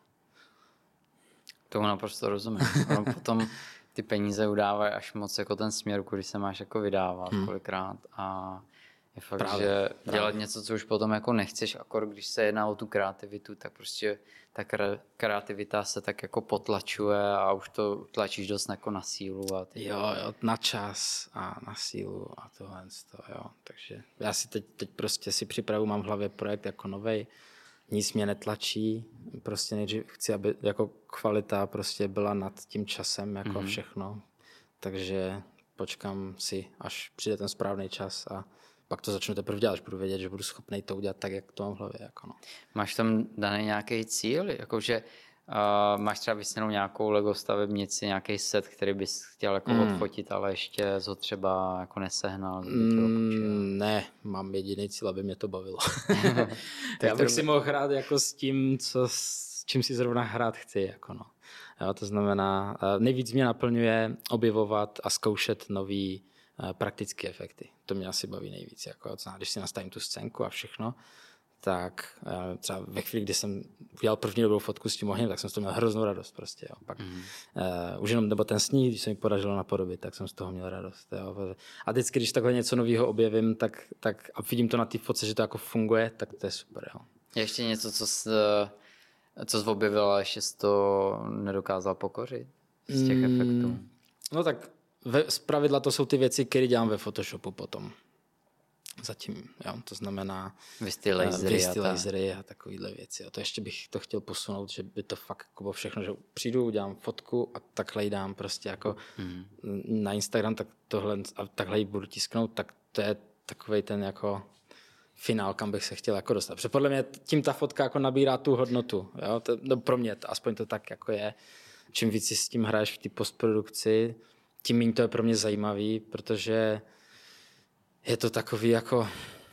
Tomu naprosto rozumím. Ono potom ty peníze udávají až moc jako ten směr, když se máš jako vydávat hmm. kolikrát a je fakt, právě, že právě. dělat něco, co už potom jako nechceš, akor když se jedná o tu kreativitu, tak prostě ta kreativita se tak jako potlačuje a už to tlačíš dost jako na sílu. A ty... Jo, jo, na čas a na sílu a tohle, jo. Takže já si teď, teď prostě si připravu, mám v hlavě projekt jako novej, nic mě netlačí, prostě nejdřív chci, aby jako kvalita prostě byla nad tím časem, jako mm-hmm. všechno, takže počkám si, až přijde ten správný čas a pak to začnu teprve dělat, až budu vědět, že budu schopný to udělat tak, jak to mám v hlavě. Jako no. Máš tam daný nějaký cíl? Jakože uh, máš třeba vysněnou nějakou Lego stavebnici, nějaký set, který bys chtěl jako mm. odfotit, ale ještě ho třeba jako nesehnal? Mm, ne, mám jediný cíl, aby mě to bavilo. Já bych si mohl hrát jako s tím, co, s čím si zrovna hrát chci. Jako no. Jo, to znamená, nejvíc mě naplňuje objevovat a zkoušet nový praktické efekty. To mě asi baví nejvíc. Jako, když si nastavím tu scénku a všechno, tak třeba ve chvíli, kdy jsem udělal první dobrou fotku s tím ohněm, tak jsem z toho měl hroznou radost. Prostě, jo. Pak, mm. uh, už jenom nebo ten sníh, když se mi podařilo napodobit, tak jsem z toho měl radost. Jo. A vždycky, když takhle něco nového objevím, tak, tak a vidím to na té fotce, že to jako funguje, tak to je super. Jo. Je ještě něco, co jsi, co jsi objevil, ale ještě jsi to nedokázal pokořit z těch mm, efektů? No tak Ve, zpravidla to jsou ty věci, které dělám ve Photoshopu potom. zatím, jo, to znamená Vysty lasery, vysty lasery a takovýhle věci. A to ještě bych to chtěl posunout, že by to fakt jako všechno, že přijdu, udělám fotku a takhle ji dám prostě jako mm. na Instagram, tak tohle a takhle ji budu tisknout, tak to je takovej ten jako finál, kam bych se chtěl jako dostat. Protože podle mě tím ta fotka jako nabírá tu hodnotu, jo, to, no pro mě to, aspoň to tak jako je. Čím víc si s tím hraješ v té postprodukci, tím méně to je pro mě zajímavý, protože je to takový jako...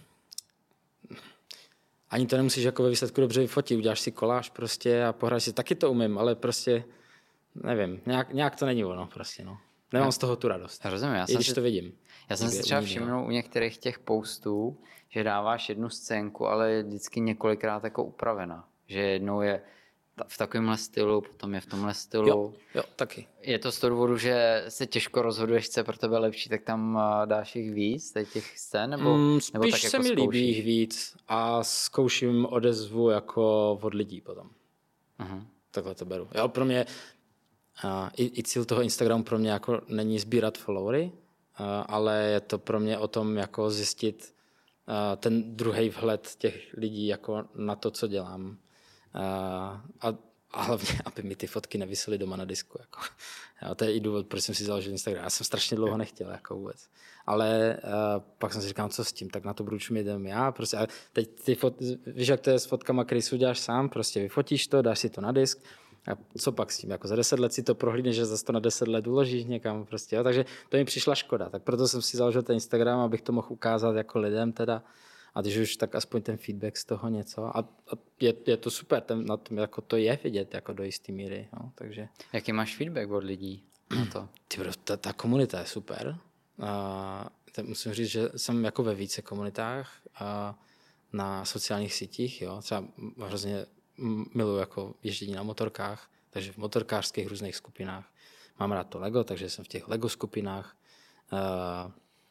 Ani to nemusíš jako ve výsledku dobře vyfotit, uděláš si koláž prostě a pohráš si, taky to umím, ale prostě, nevím, nějak, nějak to není ono prostě, no. Nemám z toho tu radost. Rozumím, já I jsem když si, to vidím. Já jsem si třeba všimnul u některých těch postů, že dáváš jednu scénku, ale je vždycky několikrát jako upravena. Že jednou je v takovémhle stylu, potom je v tomhle stylu. Jo, jo, taky. Je to z toho důvodu, že se těžko rozhoduješ, co je pro tebe lepší, tak tam dáš jich víc, těch scén, nebo, mm, nebo spíš tak se jako mi zkoušíš? líbí jich víc a zkouším odezvu jako od lidí potom. Uh-huh. Takhle to beru. Jo, pro mě uh, i, i cíl toho Instagramu pro mě jako není sbírat followery, uh, ale je to pro mě o tom jako zjistit uh, ten druhý vhled těch lidí jako na to, co dělám. Uh, a, a hlavně, aby mi ty fotky nevisely doma na disku. Jako. Jo, to je i důvod, proč jsem si založil Instagram. Já jsem strašně dlouho nechtěl jako vůbec. Ale uh, pak jsem si říkal, co s tím, tak na to budu čumět já. Prostě, a teď ty fot, víš, jak to je s fotkama, který si uděláš sám, prostě vyfotíš to, dáš si to na disk a co pak s tím? Jako za deset let si to prohlídneš, že zase to na deset let uložíš někam. Prostě, jo. Takže to mi přišla škoda. Tak proto jsem si založil ten Instagram, abych to mohl ukázat jako lidem teda. A když už, tak aspoň ten feedback z toho něco. A, a je, je to super, ten, na tom, jako to je vidět jako do jisté míry. No, takže... Jaký máš feedback od lidí na to? Ty bro, ta, ta komunita je super. A, musím říct, že jsem jako ve více komunitách a na sociálních sítích. Jo. Třeba hrozně miluji jako ježdění na motorkách, takže v motorkářských různých skupinách. Mám rád to Lego, takže jsem v těch Lego skupinách. A,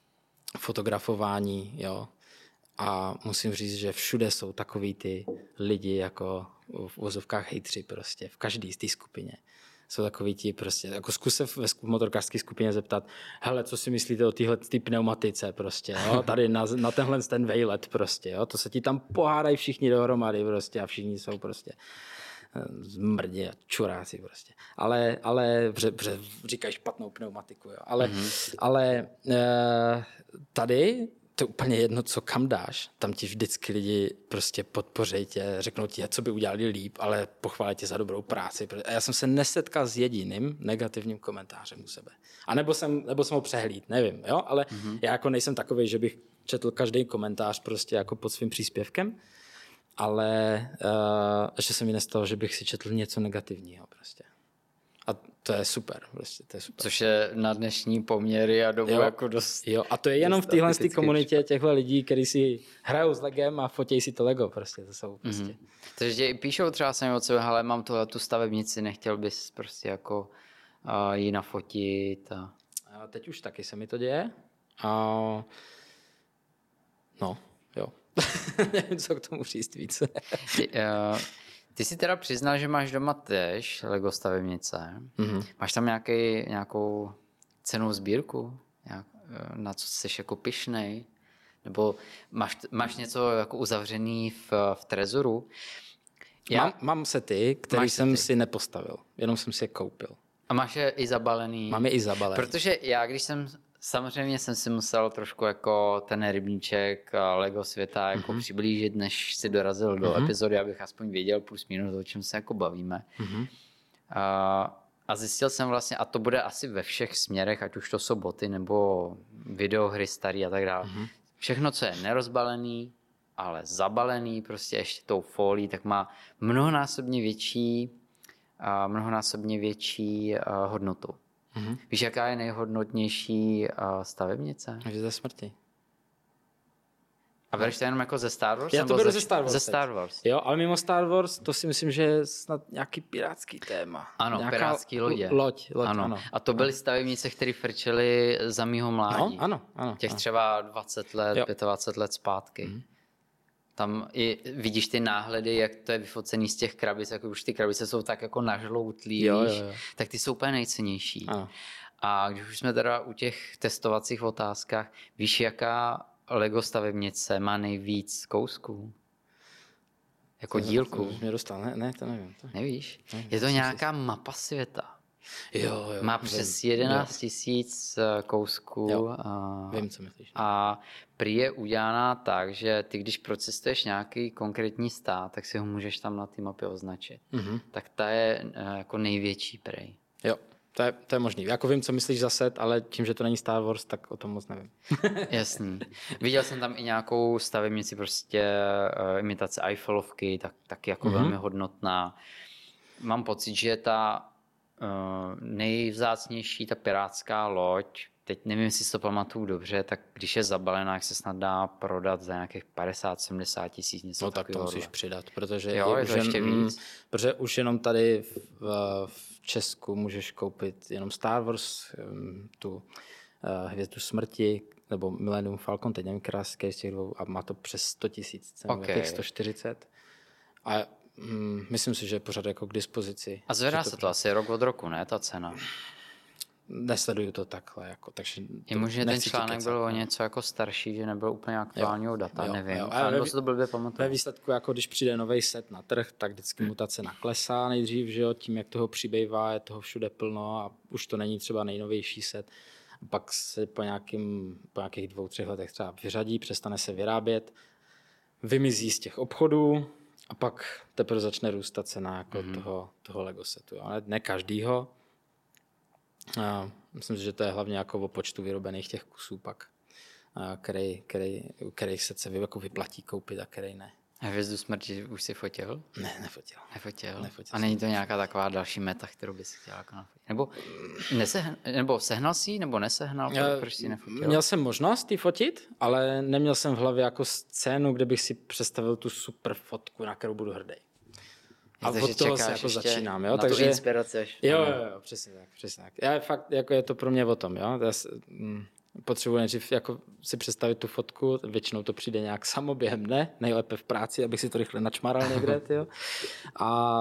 fotografování, jo. A musím říct, že všude jsou takový ty lidi jako v vozovkách hejtři prostě, v každý z té skupině. Jsou takový ti prostě, jako zkus se v motorkářské skupině zeptat, hele, co si myslíte o téhle tý pneumatice prostě, jo, tady na, na tenhle ten vejlet prostě, jo, to se ti tam pohádají všichni dohromady prostě a všichni jsou prostě zmrdě a čuráci prostě. Ale, ale bře, bře, říkají špatnou pneumatiku, jo, ale, mm-hmm. ale e, tady to je úplně jedno, co kam dáš. Tam ti vždycky lidi prostě podpoří tě, řeknou ti, co by udělali líp, ale pochválí tě za dobrou práci. A já jsem se nesetkal s jediným negativním komentářem u sebe. A nebo jsem, nebo jsem ho přehlíd, nevím, jo? Ale mm-hmm. já jako nejsem takovej, že bych četl každý komentář prostě jako pod svým příspěvkem, ale uh, že se mi nestalo, že bych si četl něco negativního prostě. A to je super, prostě, to je super. Což je na dnešní poměry a dobu jo, jako dost... Jo, a to je jenom v téhle komunitě těchto lidí, kteří si hrajou s Legem a fotějí si to Lego, prostě, to jsou prostě. Mm-hmm. Takže píšou třeba sami od sebe, hele, mám tohle tu stavebnici, nechtěl bys prostě jako uh, ji nafotit a... a... Teď už taky se mi to děje. A... No, jo. Nevím, co k tomu říct víc. Ty, uh... Ty jsi teda přiznal, že máš doma též Lego stavebnice. Mm-hmm. Máš tam nějaký, nějakou cennou sbírku? Nějak, na co jsi jako pyšnej? Nebo máš, máš něco jako uzavřený v, v trezoru? Já, mám, mám sety, který jsem sety. si nepostavil. Jenom jsem si je koupil. A máš je i zabalený? Mám je i zabalený. Protože já, když jsem... Samozřejmě jsem si musel trošku jako ten rybníček Lego světa jako mm-hmm. přiblížit, než si dorazil do mm-hmm. epizody, abych aspoň věděl plus minus, o čem se jako bavíme. Mm-hmm. A, a zjistil jsem vlastně, a to bude asi ve všech směrech, ať už to jsou boty nebo videohry starý a tak dále. Mm-hmm. Všechno, co je nerozbalený, ale zabalený prostě ještě tou fólií, tak má mnohonásobně větší, a mnohonásobně větší a, hodnotu. Mm-hmm. Víš, jaká je nejhodnotnější uh, stavebnice? Že ze smrti. A bereš to jenom jako ze Star Wars? Já to beru ze Star Wars. Ze Star Wars. Jo, ale mimo Star Wars, to si myslím, že je snad nějaký pirátský téma. Ano, nějaká pirátský lodě. Loď, loď ano. ano. A to byly stavebnice, které frčely za mýho mládí. No, ano, ano. Těch ano. třeba dvacet let, jo. dvacet pět let zpátky. Mm. Tam i vidíš ty náhledy, jak to je vyfocený z těch krabic, jako už ty krabice jsou tak jako nažloutlý, jo, víš, jo, jo. tak ty jsou úplně nejcennější. Ano. A když už jsme teda u těch testovacích otázkách, víš, jaká Lego stavebnice má nejvíc kousků? Jako dílku? To mě dostal, ne, ne, to nevím. To... Nevíš? Ne, je to nějaká si... mapa světa. Jo, jo. Má přes jedenáct tisíc kousků. Jo, a, vím, co myslíš. A prý je udělaná tak, že ty, když procestuješ nějaký konkrétní stát, tak si ho můžeš tam na té mapě označit. Mm-hmm. Tak ta je jako největší prej. Jo, to je, to je možný. Jako vím, co myslíš za set, ale tím, že to není Star Wars, tak o tom moc nevím. Jasný. Viděl jsem tam i nějakou stavebnici, prostě uh, imitace Eiffelovky, tak, taky jako mm-hmm. velmi hodnotná. Mám pocit, že ta uh, nejvzácnější, ta pirátská loď, teď nevím, jestli si to pamatuju dobře, tak když je zabalená, jak se snad dá prodat za nějakých padesát sedmdesát tisíc, něco no tak to musíš dole. přidat, protože, jo, je, je to ještě jen, víc. protože už jenom tady v, v Česku můžeš koupit jenom Star Wars, tu uh, Hvězdu smrti, nebo Millennium Falcon, teď nevím, krásky z těch dvou, a má to přes sto tisíc cen, okay. těch sto čtyřicet. A mm, myslím si, že je pořád jako k dispozici. A zvedá to se to asi rok od roku, ne, ta cena? Nesleduju to takhle, jako, takže je možné, že ten článek byl o něco jako starší, že nebyl úplně aktuálního jo, data, jo, nevím. Jo. A nebo se to blbě pamatuju. Ve výsledku, jako když přijde nový set na trh, tak vždycky mu ta cena klesá nejdřív, že jo, tím, jak toho přibývá, je toho všude plno a už to není třeba nejnovější set. Pak se po, nějakým, po nějakých dvou, třech letech třeba vyřadí, přestane se vyrábět, vymizí z těch obchodů a pak teprve začne růst ta cena jako mm-hmm. toho, toho Lego setu. Ale ne každýho. A myslím si, že to je hlavně jako o počtu vyrobených těch kusů pak, který, který, který se se jako vyplatí koupit a který ne. A Hvězdu smrti už si fotil? Ne, nefotil. Nefotil. nefotil a není to nějaká taková další meta, kterou bys chtěl jako nafotit? Nebo, nesehn, nebo sehnal jsi ji, nebo nesehnal? Já, proč jsi nefotil? Měl jsem možnost ji fotit, ale neměl jsem v hlavě jako scénu, kde bych si představil tu super fotku, na kterou budu hrdý. A je, od toho se jako začínám, jo, na takže... tu inspiraci až. Jo, jo, jo, přesně tak, přesně tak. Já fakt, jako je to pro mě o tom, jo. Já potřebuji nejdřív jako si představit tu fotku, většinou to přijde nějak samo během dne, nejlépe v práci, abych si to rychle načmaral někde, jo. A,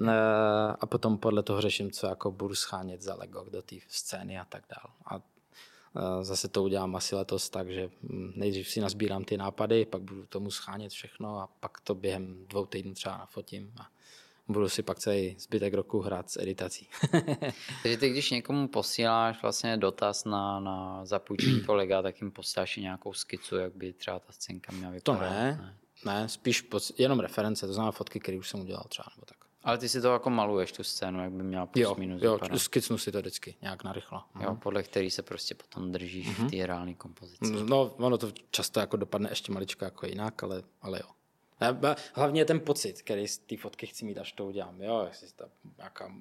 a potom podle toho řeším, co jako budu schánět za Lego do té scény a tak dál. A zase to udělám asi letos tak, že nejdřív si nazbírám ty nápady, pak budu tomu schánět všechno a pak to během dvou týdnů třeba nafotím a budu si pak celý zbytek roku hrát s editací. Takže ty, když někomu posíláš vlastně dotaz na, na zapůjčení toho Lega, tak jim posíláš nějakou skicu, jak by třeba ta scénka měla vypadat? To ne, ne, ne spíš poc- jenom reference, to znamená fotky, které už jsem udělal třeba, nebo tak. Ale ty si to jako maluješ, tu scénu, jak by měla plus jo, minus jo, vypadat. skicnu si to vždycky, nějak narychlo. Jo, podle který se prostě potom držíš mm-hmm. v té reálné kompozici. No, ono to často jako dopadne ještě maličko jako jinak, ale, ale jo. Hlavně je ten pocit, který z té fotky chci mít, až to udělám. Jo, jestli ta nějaká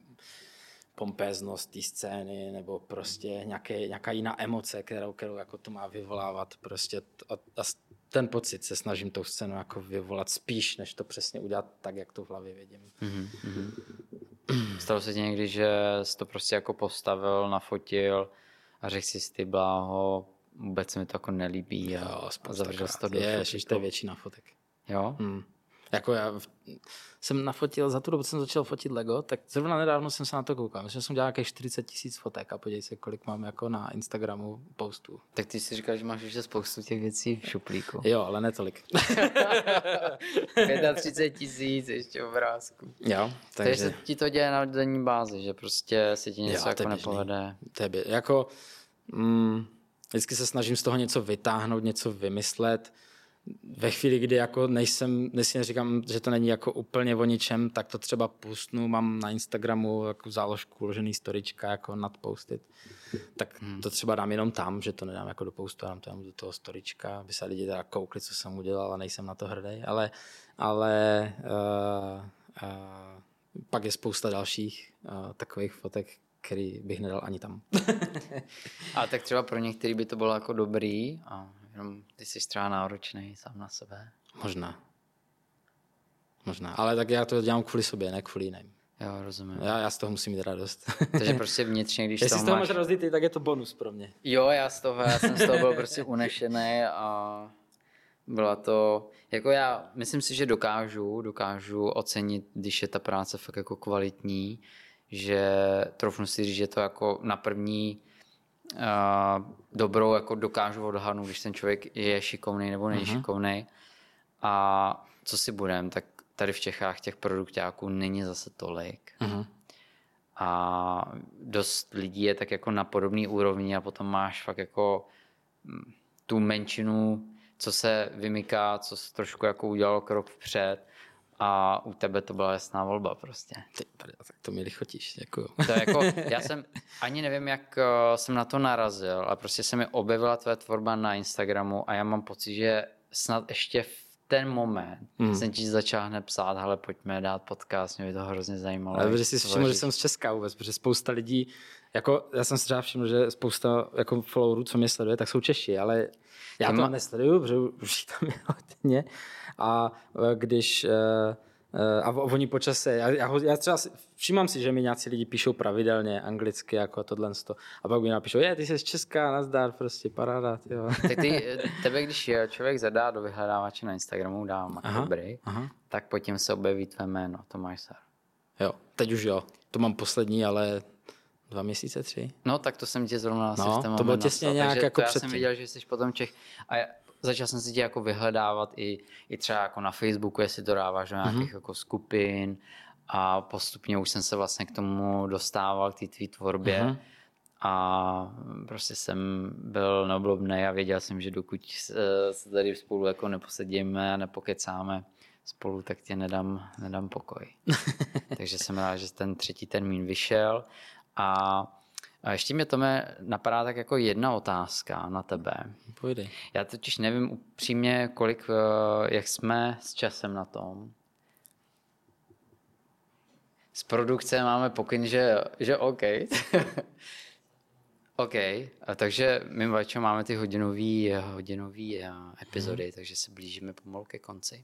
pompéznost té scény, nebo prostě nějaké, nějaká jiná emoce, kterou, kterou jako to má vyvolávat. Prostě a, a ten pocit se snažím tou scénu jako vyvolat spíš, než to přesně udělat tak, jak to v hlavě vidím. Mm-hmm. Stalo se ti někdy, že jsi to prostě jako postavil, nafotil a řekl si ty bláho, vůbec se mi to jako nelíbí a, jo, a zavřel jsi to do je, ještě to je většina fotek. Jo? Hmm. Jako já v... jsem nafotil, za tu dobu jsem začal fotit Lego, tak zrovna nedávno jsem se na to koukal. Myslím, že jsem dělal nějakých čtyřicet tisíc fotek a podívej se, kolik mám jako na Instagramu postů. Tak ty si říkal, že máš ještě spoustu těch věcí v šuplíku. Jo, ale ne tolik. třicet pět tisíc ještě obrázků. Jo, takže... takže se ti to děje na denní bázi, že prostě se ti něco jo, jako nepovede. To je bě... jako mm, vždycky se snažím z toho něco vytáhnout, něco vymyslet. Ve chvíli, kdy jako nejsem, dnes neříkám, že to není jako úplně o ničem, tak to třeba pustnu, mám na Instagramu jako záložku uložený storička jako nadpostit, tak hmm. to třeba dám jenom tam, že to nedám jako do postu, dám to jenom do toho storička, aby se lidi teda koukli, co jsem udělal a nejsem na to hrdý, ale, ale uh, uh, pak je spousta dalších uh, takových fotek, který bych nedal ani tam. A tak třeba pro některý by to bylo jako dobrý a jenom ty jsi třeba náročný sám na sebe. Možná. Možná. Ale tak já to dělám kvůli sobě, ne kvůli jiným. Jo, rozumím. Já, já z toho musím mít radost. Takže prostě vnitřně, když Jestli toho z toho máš... máš radost ty, tak je to bonus pro mě. Jo, já z toho, já jsem z toho byl prostě unešený a byla to, jako já myslím si, že dokážu, dokážu ocenit, když je ta práce fakt jako kvalitní, že troufnu si říct, že to jako na první dobrou jako dokážu odhadnout, když ten člověk je šikovný nebo není uh-huh. šikovný. A co si budem, tak tady v Čechách těch produktáků není zase tolik. Uh-huh. A dost lidí je tak jako na podobné úrovni a potom máš fakt jako tu menšinu, co se vymyká, co se trošku jako udělalo krok vpřed a u tebe to byla jasná volba prostě. Ty, tak to mi lichotíš, děkuju. To je jako, já jsem ani nevím, jak jsem na to narazil, ale prostě se mi objevila tvoje tvorba na Instagramu a já mám pocit, že snad ještě v ten moment hmm. jsem ti začal hned psát, hele, pojďme dát podcast, mě by to hrozně zajímalo. Ale protože si všiml, že jsem z Česka vůbec, protože spousta lidí, jako já jsem si třeba všiml, že spousta jako followerů, co mě sleduje, tak jsou Češi, ale já Ty to ma... nesleduju, protože už tam je hodně a když a oni po čase, já, já, já třeba všímám si, že mi nějací lidi píšou pravidelně anglicky jako tohle a pak mi napíšou, je, ty jsi z Česka, nazdar, prostě paráda. Tyjo. Tak ty, tebe, když člověk zadá do vyhledávače na Instagramu, dám jako dobrý, tak pod tím se objeví tvé jméno, Tomáš Sár. Jo, teď už jo, to mám poslední, ale dva měsíce, tři. No, tak to jsem tě zrovna asi no, v tom to bylo těsně napsal. nějak Takže jako já předtím. jsem viděl, že jsi potom Čech a já, začal jsem si tě jako vyhledávat i, i třeba jako na Facebooku, jestli to dáváš do nějakých mm-hmm. jako skupin a postupně už jsem se vlastně k tomu dostával, k té tvý tvorbě mm-hmm. a prostě jsem byl neoblobnej a věděl jsem, že dokud se tady spolu jako neposedíme a nepokecáme spolu, tak tě nedám, nedám pokoj. Takže jsem rád, že ten třetí termín vyšel a A ještě mě, Tome, napadá tak jako jedna otázka na tebe. Pojde. Já totiž nevím upřímně, kolik, jak jsme s časem na tom. Z produkce máme pokyn, že, že OK. OK, a takže my Vajčo máme ty hodinový, hodinový epizody, hmm. takže se blížíme pomalu ke konci.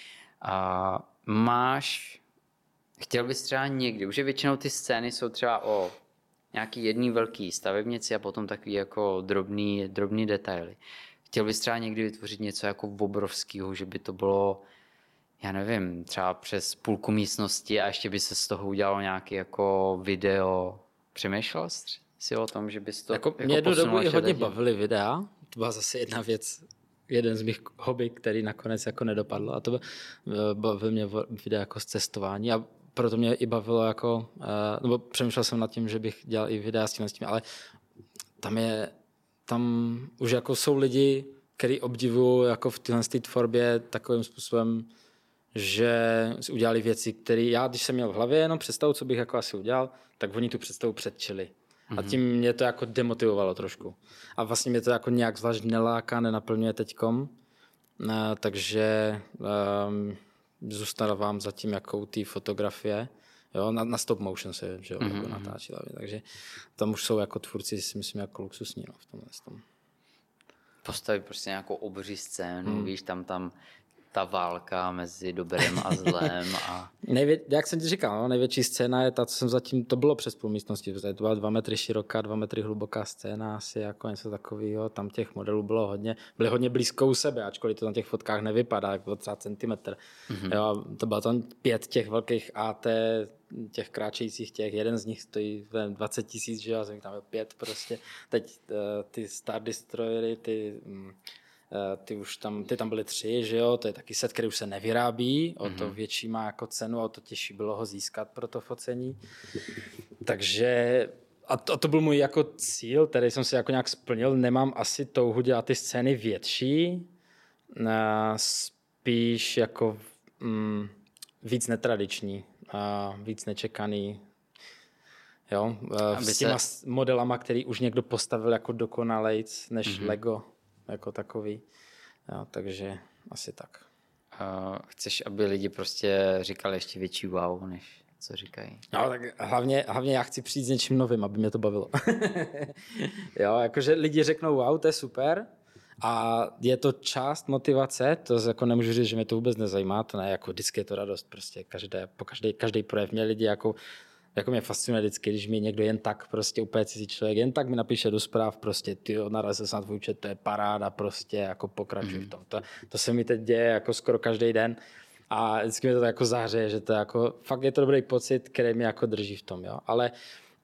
A máš, chtěl bys třeba někdy, už je většinou ty scény jsou třeba o nějaký jedný velký stavebnici a potom takový jako drobný, drobný detaily. Chtěl bys třeba někdy vytvořit něco jako obrovského, že by to bylo, já nevím, třeba přes půlku místnosti a ještě by se z toho udělalo nějaký jako video. Přemýšlel jsi o tom, že bys to jako, jako mě jednu dobu i hodně teď... bavily videa. To byla zase jedna věc, jeden z mých hobby, který nakonec jako nedopadlo a to bavil mě videa jako z cestování a proto mě i bavilo jako, nebo přemýšlel jsem nad tím, že bych dělal i videa s tím, s tím, ale tam je, tam už jako jsou lidi, kteří obdivují jako v téhle tvorbě takovým způsobem, že si udělali věci, které já, když jsem měl v hlavě jenom představu, co bych jako asi udělal, tak oni tu představu předčili. A tím mě to jako demotivovalo trošku. A vlastně mě to jako nějak zvlášť neláká, nenaplňuje teďkom. A, takže um, zůstávám zatím jako ty fotografie. Jo, na, na stop motion se že jo, mm-hmm. jako natáčela. Takže tam už jsou jako tvůrci, si myslím, jako luxusní no, v tomhle tom. Postaví prostě nějakou obří scénu, hmm. víš, tam tam ta válka mezi dobrem a zlem. A... Nejvě, jak jsem ti říkal, no, největší scéna je ta, co jsem zatím, to bylo přes půl místnosti, to byla dva metry široká, dva metry hluboká scéna, asi jako něco takového, tam těch modelů bylo hodně, byly hodně blízko u sebe, ačkoliv to na těch fotkách nevypadá, jako třeba centimetr. Mm-hmm. Jo, to bylo tam pět těch velkých á té, těch kráčejících těch, jeden z nich stojí dvacet tisíc, že jo, tam je pět prostě. Teď uh, ty Star Destroyery, ty... Um, Ty už tam, ty tam byly tři, že jo, to je taky set, který už se nevyrábí, o to větší má jako cenu, o to těžší bylo ho získat pro to focení. Takže a to, a to byl můj jako cíl, který jsem si jako nějak splnil, nemám asi touhu dělat ty scény větší, spíš jako mm, víc netradiční, a víc nečekaný, jo, Aby s těma se... modelama, který už někdo postavil jako dokonalejc než mm-hmm. Lego. Jako takový. Jo, takže asi tak. Uh, chceš, aby lidi prostě říkali ještě větší wow, než co říkají? No, tak hlavně, hlavně já chci přijít s něčím novým, aby mě to bavilo. Jo, jakože lidi řeknou wow, to je super a je to část motivace, to jako nemůžu říct, že mě to vůbec nezajímá, to ne, jako vždycky je to radost, prostě každé, po každý, každý projev mě lidi jako Jako mě fascinuje vždycky, když mi někdo jen tak, prostě úplně cizí člověk, jen tak mi napíše do zpráv, prostě tyjo, narazil jsem na tvůj účet, to je paráda, prostě jako pokračuj v tom. To, to se mi teď děje jako skoro každý den a vždycky mi to tak jako zahřeje, že to jako, fakt je to dobrý pocit, který mě jako drží v tom, jo. Ale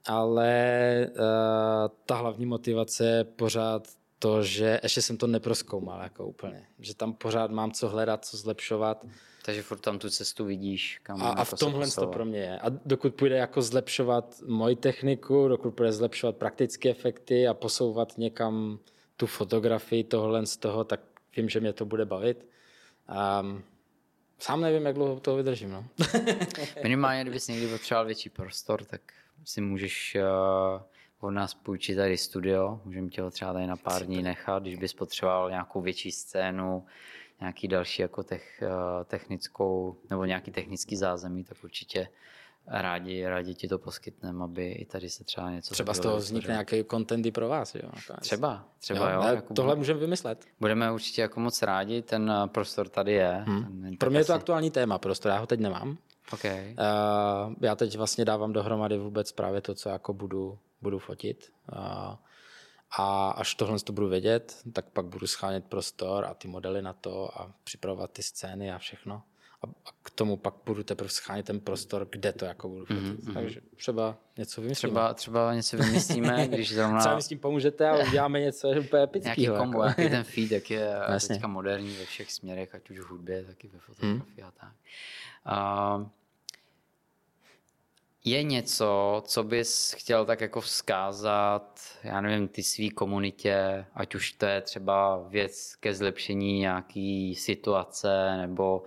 ale uh, ta hlavní motivace je pořád to, že ještě jsem to neprozkoumal jako úplně, že tam pořád mám co hledat, co zlepšovat. Takže furt tam tu cestu vidíš. Kam a, a v tomhle to pro mě je. A dokud půjde jako zlepšovat moji techniku, dokud půjde zlepšovat praktické efekty a posouvat někam tu fotografii tohle z toho, tak vím, že mě to bude bavit. Um, sám nevím, jak dlouho toho vydržím. No. Minimálně, kdybys někdy potřeboval větší prostor, tak si můžeš uh, od nás půjčit tady studio. Můžeme tě ho třeba tady na pár dní nechat, když bys potřeboval nějakou větší scénu, nějaký další jako tech, uh, technickou, nebo nějaký technický zázemí, tak určitě rádi, rádi ti to poskytneme, aby i tady se třeba něco... Třeba z toho vznikne nějaký content i pro vás, jo? Třeba, třeba jo. jo jako tohle můžeme vymyslet. Budeme určitě jako moc rádi, ten prostor tady je. Hmm. Ten, pro mě je to asi... aktuální téma, prostor, já ho teď nemám. Okay. Uh, já teď vlastně dávám dohromady vůbec právě to, co jako budu, budu fotit. Uh, a až tohle to budu vědět, tak pak budu schánět prostor a ty modely na to a připravovat ty scény a všechno. A k tomu pak budu teprve schánět ten prostor, kde to jako budu fotit. Mm-hmm. Takže třeba něco vymyslíme. Třeba, třeba něco vymyslíme, když zrovna... Třeba mi s tím pomůžete a uděláme něco úplně epického. Nějaký kombo, jako. jaký ten feed, jak je Jasně. teďka moderní ve všech směrech, ať už v hudbě, tak i ve fotografii hmm. a tak. Uh, je něco, co bys chtěl tak jako vzkázat, já nevím, ty svý komunitě, ať už to je třeba věc ke zlepšení nějaký situace, nebo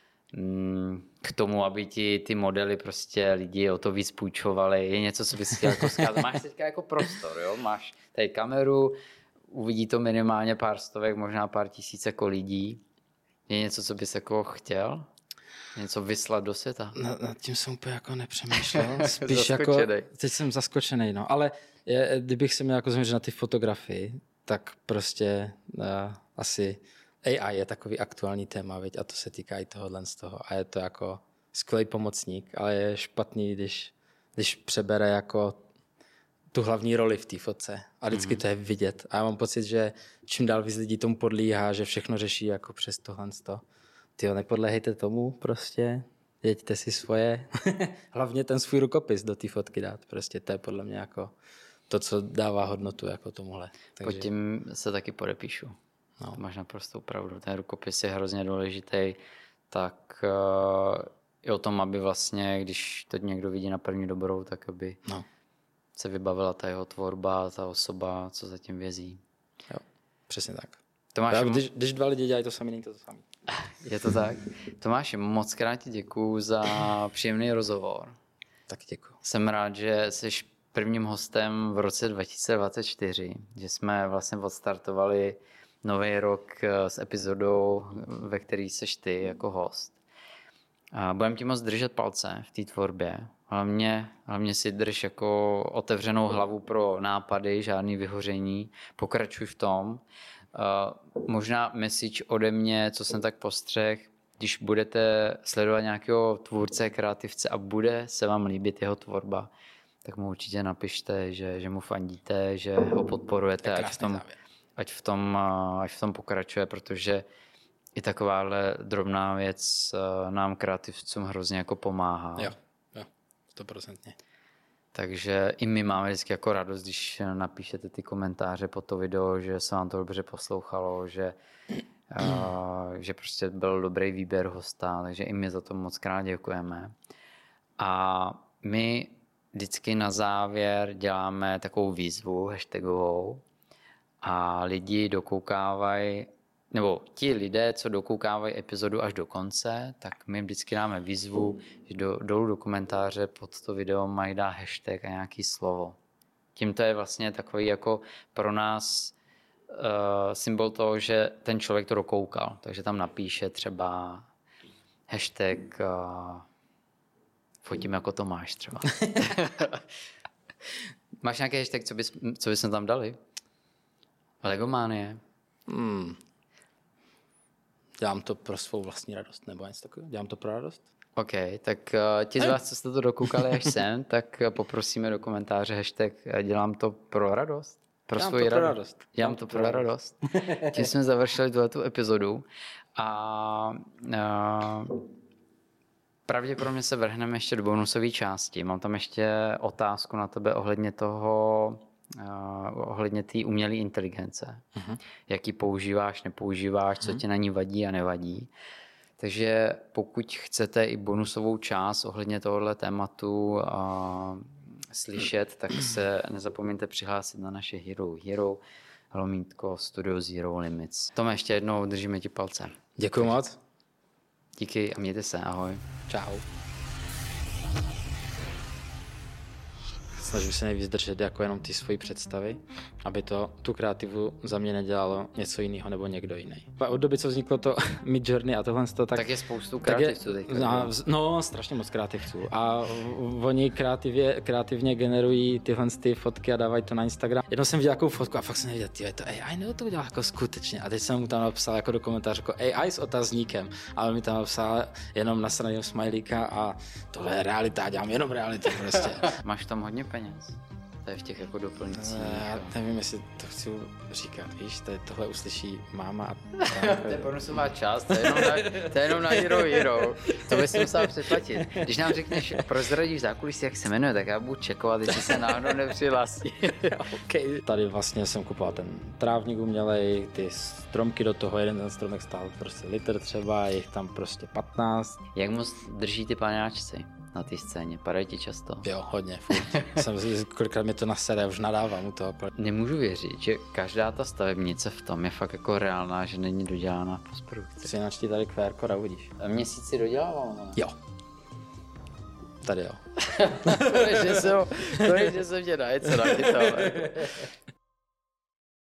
k tomu, aby ti ty modely prostě lidi o to víc půjčovali. Je něco, co bys chtěl jako vzkázat. Máš teďka jako prostor, jo? Máš tady kameru, uvidí to minimálně pár stovek, možná pár tisíc jako lidí. Je něco, co bys jako chtěl? Něco vyslat do světa? Nad, nad tím jsem úplně jako nepřemýšlel. Spíš jako, teď jsem zaskočený, no. Ale je, kdybych se měl jako zaměřit na ty fotografii, tak prostě uh, asi A I je takový aktuální téma, viď? A to se týká i tohohle z toho. A je to jako skvělý pomocník, ale je špatný, když, když přebere jako tu hlavní roli v té fotce. A vždycky mm-hmm. to je vidět. A já mám pocit, že čím dál víc lidí tomu podlíhá, že všechno řeší jako přes tohle z toho. Tyjo, nepodléhejte tomu prostě, jeďte si svoje. Hlavně ten svůj rukopis do té fotky dát. Prostě to je podle mě jako to, co dává hodnotu jako tomuhle. Takže... Pod tím se taky podepíšu. No. To máš naprosto pravdu. Ten rukopis je hrozně důležitý. Tak uh, i o tom, aby vlastně, když to někdo vidí na první dobrou, tak aby no. se vybavila ta jeho tvorba, ta osoba, co zatím vězí. Jo, přesně tak. Tomáši, Já, když, když dva lidi dělají to samý, není to to samý. Je to tak. Tomáši, moc krát ti děkuju za příjemný rozhovor. Tak děkuju. Jsem rád, že jsi prvním hostem v roce dva tisíce dvacet čtyři, že jsme vlastně odstartovali nový rok s epizodou, ve které seš ty jako host. Budeme ti moc držet palce v té tvorbě. Hlavně, hlavně si drž jako otevřenou hlavu pro nápady, žádný vyhoření. Pokračuj v tom. Uh, možná message ode mě, co jsem tak postřehl, když budete sledovat nějakého tvůrce, kreativce a bude se vám líbit jeho tvorba, tak mu určitě napište, že, že mu fandíte, že ho podporujete, ať v, tom, ať, v tom, ať v tom pokračuje, protože i takováhle drobná věc nám kreativcům hrozně jako pomáhá. Jo, jo, stoprocentně. Takže i my máme vždycky jako radost, když napíšete ty komentáře pod to video, že se vám to dobře poslouchalo, že, uh, že prostě byl dobrý výběr hosta, takže i my za to moc krát děkujeme. A my vždycky na závěr děláme takovou výzvu hashtagovou a lidi dokoukávají, nebo ti lidé, co dokoukávají epizodu až do konce, tak my vždycky dáme výzvu, že do, dolů do komentáře pod to video mají dát hashtag a nějaký slovo. Tím to je vlastně takový jako pro nás uh, symbol toho, že ten člověk to dokoukal. Takže tam napíše třeba hashtag uh, fotím jako Tomáš třeba. Máš nějaký hashtag, co bys, co bys tam dali? Legománie. Hmm. Dělám to pro svou vlastní radost, nebo něco takového? Dělám to pro radost? OK, tak uh, ti z vás, co jste to dokoukali až sem, tak poprosíme do komentáře hashtag dělám to pro radost. Pro dělám svoji to pro radost. radost. Dělám to pro radost. Tím jsme završili tuhletu epizodu. A uh, pravděpodobně se vrhneme ještě do bonusové části. Mám tam ještě otázku na tebe ohledně toho, uh, ohledně té umělé inteligence. Uh-huh. Jak ji používáš, nepoužíváš, uh-huh. co ti na ní vadí a nevadí. Takže pokud chcete i bonusovou část ohledně tohohle tématu uh, slyšet, tak se nezapomeňte přihlásit na naše Hero Hero, lomítko Studio Zero Limits. Tome, ještě jednou držíme ti palce. Děkuji moc. Díky a mějte se, ahoj. Čau. Snažím se nejvíc držet jako jenom ty svoji představy, aby to tu kreativu za mě nedělalo něco jiného nebo někdo jiný. Od doby, co vzniklo to Midjourney a tohle, tak, tak je spoustu kreativců. Je, no, no, strašně moc kreativců. A oni kreativě, kreativně generují tyhle ty fotky a dávají to na Instagram. Jednou jsem viděl nějakou fotku a fakt jsem nevěděl, tyjo, je to A I, nebo to udělal jako skutečně. A teď jsem mu tam napsal jako do komentáře jako A I s otazníkem, ale mi tam napsal jenom nasraného smajlíka a tohle je realita, dělám jenom realitu prostě. Máš tam hodně peněz. To je v těch jako doplňcích. Já nevím, jestli to chci říkat, víš, to je, tohle uslyší máma a... To je bonusová část, to je jenom na, to je jenom na Hero Hero. To bys musel předplatit. Když nám řekneš, prozradíš zákulisí, jak se jmenuje, tak já budu čekovat, jestli se náhodou nepřihlásí. Okay. Tady vlastně jsem kupoval ten trávník umělej, ty stromky do toho, jeden ten stromek stál prostě litr třeba, je jich tam prostě patnáct. Jak moc drží ty panáčci na té scéně? Padají ti často? Jo, hodně, furt. Jsem, kolikrát mě to nasere, už nadávám u toho. Nemůžu věřit, že každá ta stavebnice v tom je fakt jako reálná, že není dodělána v postprodukci. Si načti tady Q R kód a uvidíš. A měsíc si dodělával? No? Jo. Tady jo. Konečně jsem, konečně jsem tě najít, co nachytal.